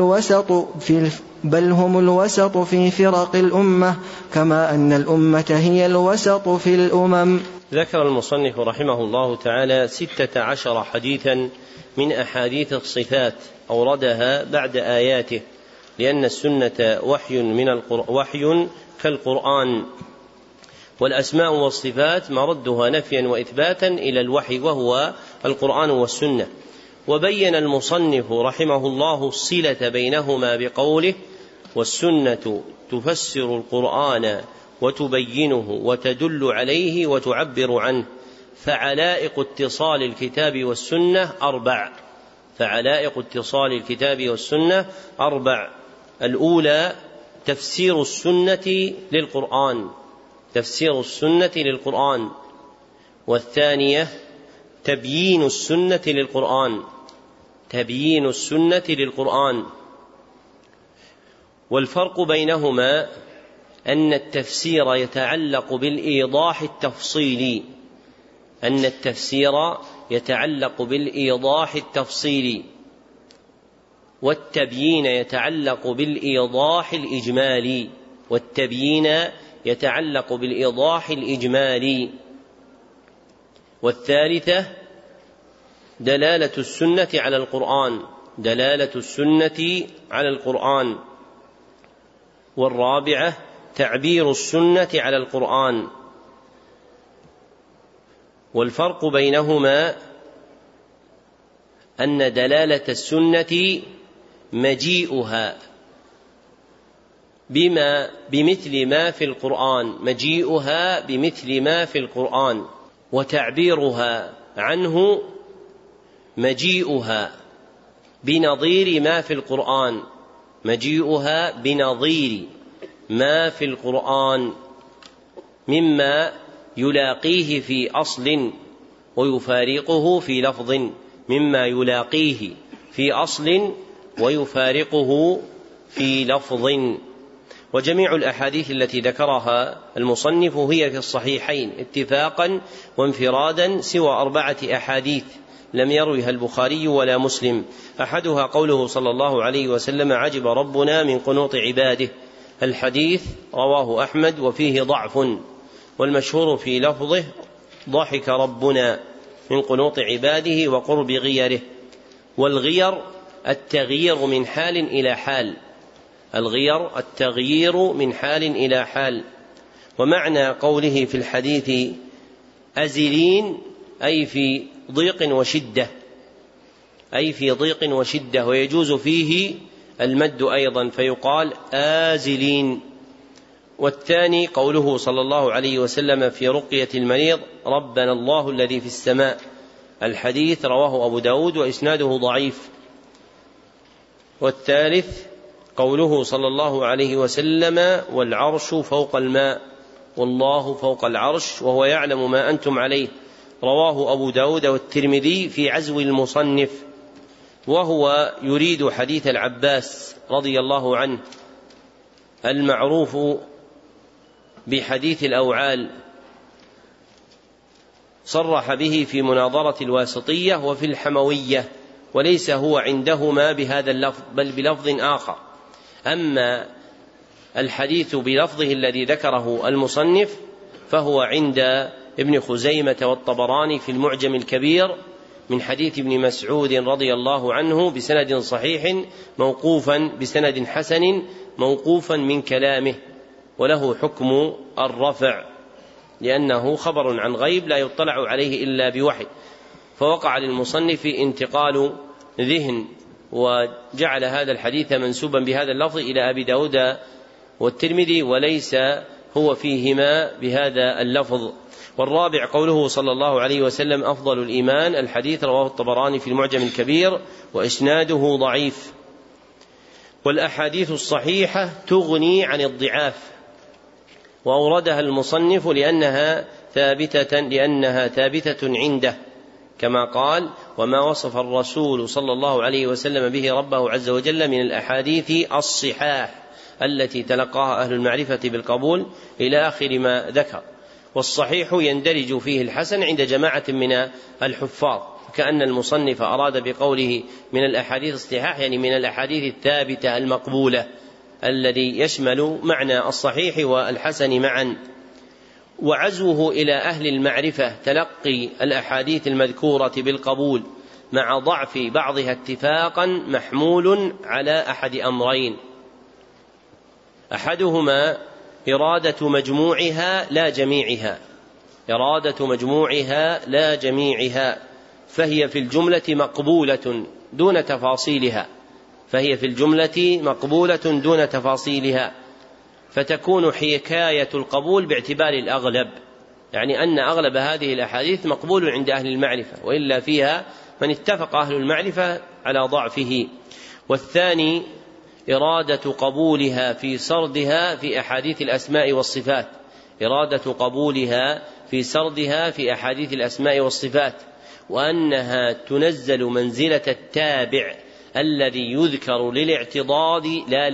هم الوسط في فرق الأمة كما أن الأمة هي الوسط في الأمم. ذكر المصنف رحمه الله تعالى 16 حديثا من أحاديث الصفات أوردها بعد آياته، لأن السنة وحي كالقرآن، والأسماء والصفات مردها نفيا وإثباتا إلى الوحي وهو القرآن والسنة. وبين المصنف رحمه الله الصلة بينهما بقوله والسنة تفسر القرآن وتبينه وتدل عليه وتعبر عنه، فعلائق اتصال الكتاب والسنة أربع. الأولى تفسير السنة للقرآن، والثانية تبيين السنة للقرآن. والفرق بينهما أن التفسير يتعلق بالإيضاح التفصيلي، والتبيين يتعلق بالإيضاح الإجمالي. والثالثة دلالة السنة على القرآن. والرابعة تعبير السنة على القرآن. والفرق بينهما أن دلالة السنة مجيئها بمثل ما في القرآن، وتعبيرها عنه مجيئها بنظير ما في القرآن مما يلاقيه في أصل ويفارقه في لفظ. وجميع الأحاديث التي ذكرها المصنف هي في الصحيحين اتفاقا وانفرادا سوى 4 أحاديث لم يرويها البخاري ولا مسلم. أحدها قوله صلى الله عليه وسلم عجب ربنا من قنوط عباده، الحديث رواه أحمد وفيه ضعف، والمشهور في لفظه ضحك ربنا من قنوط عباده وقرب غيره. والغير التغيير من حال إلى حال، ومعنى قوله في الحديث أزلين أي في ضيق وشدة، أي في ضيق وشدة، ويجوز فيه المد أيضا فيقال آزلين. والثاني قوله صلى الله عليه وسلم في رقية المريض ربنا الله الذي في السماء، الحديث رواه أبو داود وإسناده ضعيف. والثالث قوله صلى الله عليه وسلم والعرش فوق الماء والله فوق العرش وهو يعلم ما أنتم عليه، رواه أبو داود والترمذي في عزو المصنف، وهو يريد حديث العباس رضي الله عنه المعروف بحديث الأوعال، صرح به في مناظرة الواسطية وفي الحموية، وليس هو عندهما بهذا اللفظ بل بلفظ آخر. أما الحديث بلفظه الذي ذكره المصنف فهو عند ابن خزيمة والطبراني في المعجم الكبير من حديث ابن مسعود رضي الله عنه بسند صحيح موقوفا بسند حسن موقوفا من كلامه، وله حكم الرفع لأنه خبر عن غيب لا يطلع عليه إلا بوحي، فوقع للمصنف انتقال ذهن وجعل هذا الحديث منسوبا بهذا اللفظ إلى أبي داود والترمذي وليس هو فيهما بهذا اللفظ. والرابع قوله صلى الله عليه وسلم أفضل الإيمان، الحديث رواه الطبراني في المعجم الكبير وإسناده ضعيف. والأحاديث الصحيحة تغني عن الضعاف، وأوردها المصنف لأنها ثابتة عنده، كما قال وما وصف الرسول صلى الله عليه وسلم به ربه عز وجل من الأحاديث الصحاح التي تلقاها أهل المعرفة بالقبول إلى آخر ما ذكر. والصحيح يندرج فيه الحسن عند جماعة من الحفاظ، كأن المصنف أراد بقوله من الأحاديث الصحاح يعني من الأحاديث الثابتة المقبولة، الذي يشمل معنى الصحيح والحسن معا. وعزوه إلى أهل المعرفة تلقي الأحاديث المذكورة بالقبول مع ضعف بعضها اتفاقا محمول على أحد أمرين: أحدهما إرادة مجموعها لا جميعها، فهي في الجملة مقبولة دون تفاصيلها، فتكون حكاية القبول باعتبار الأغلب، يعني أن أغلب هذه الأحاديث مقبول عند أهل المعرفة، وإلا فيها من اتفق أهل المعرفة على ضعفه. والثاني إرادة قبولها في سردها في أحاديث الأسماء والصفات، وأنها تنزل منزلة التابع الذي يذكر للاعتضاد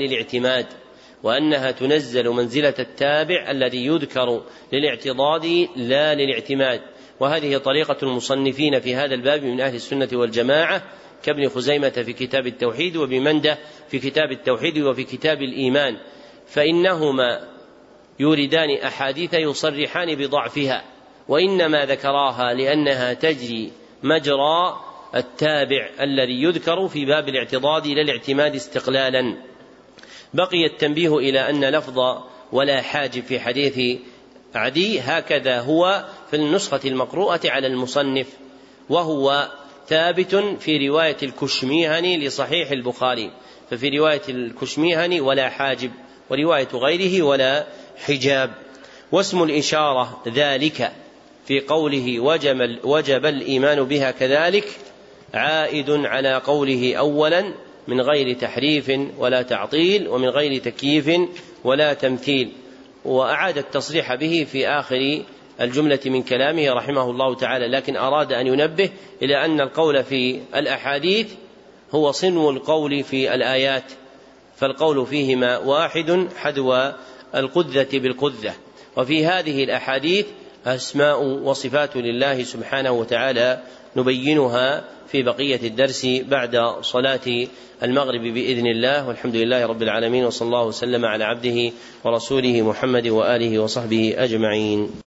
لا للاعتماد. وهذه طريقة المصنفين في هذا الباب من أهل السنة والجماعة كابن خزيمة في كتاب التوحيد وابن منده في كتاب التوحيد وفي كتاب الإيمان، فإنهما يوردان أحاديث يصرحان بضعفها، وإنما ذكراها لأنها تجري مجرى التابع الذي يذكر في باب الاعتضاد لا الاعتماد استقلالا. بقي التنبيه إلى أن لفظ ولا حاجب في حديث عدي هكذا هو في النسخة المقروءة على المصنف، وهو ثابت في رواية الكشميهني لصحيح البخاري، ففي رواية الكشميهني ولا حاجب، ورواية غيره ولا حجاب. واسم الإشارة ذلك في قوله وجب الإيمان بها كذلك عائد على قوله أولا من غير تحريف ولا تعطيل ومن غير تكييف ولا تمثيل، وأعاد التصريح به في آخر الجملة من كلامه رحمه الله تعالى، لكن أراد أن ينبه إلى أن القول في الأحاديث هو صنو القول في الآيات، فالقول فيهما واحد حذو القذة بالقذة. وفي هذه الأحاديث أسماء وصفات لله سبحانه وتعالى نبينها في بقية الدرس بعد صلاة المغرب بإذن الله، والحمد لله رب العالمين، وصلى الله وسلم على عبده ورسوله محمد وآله وصحبه أجمعين.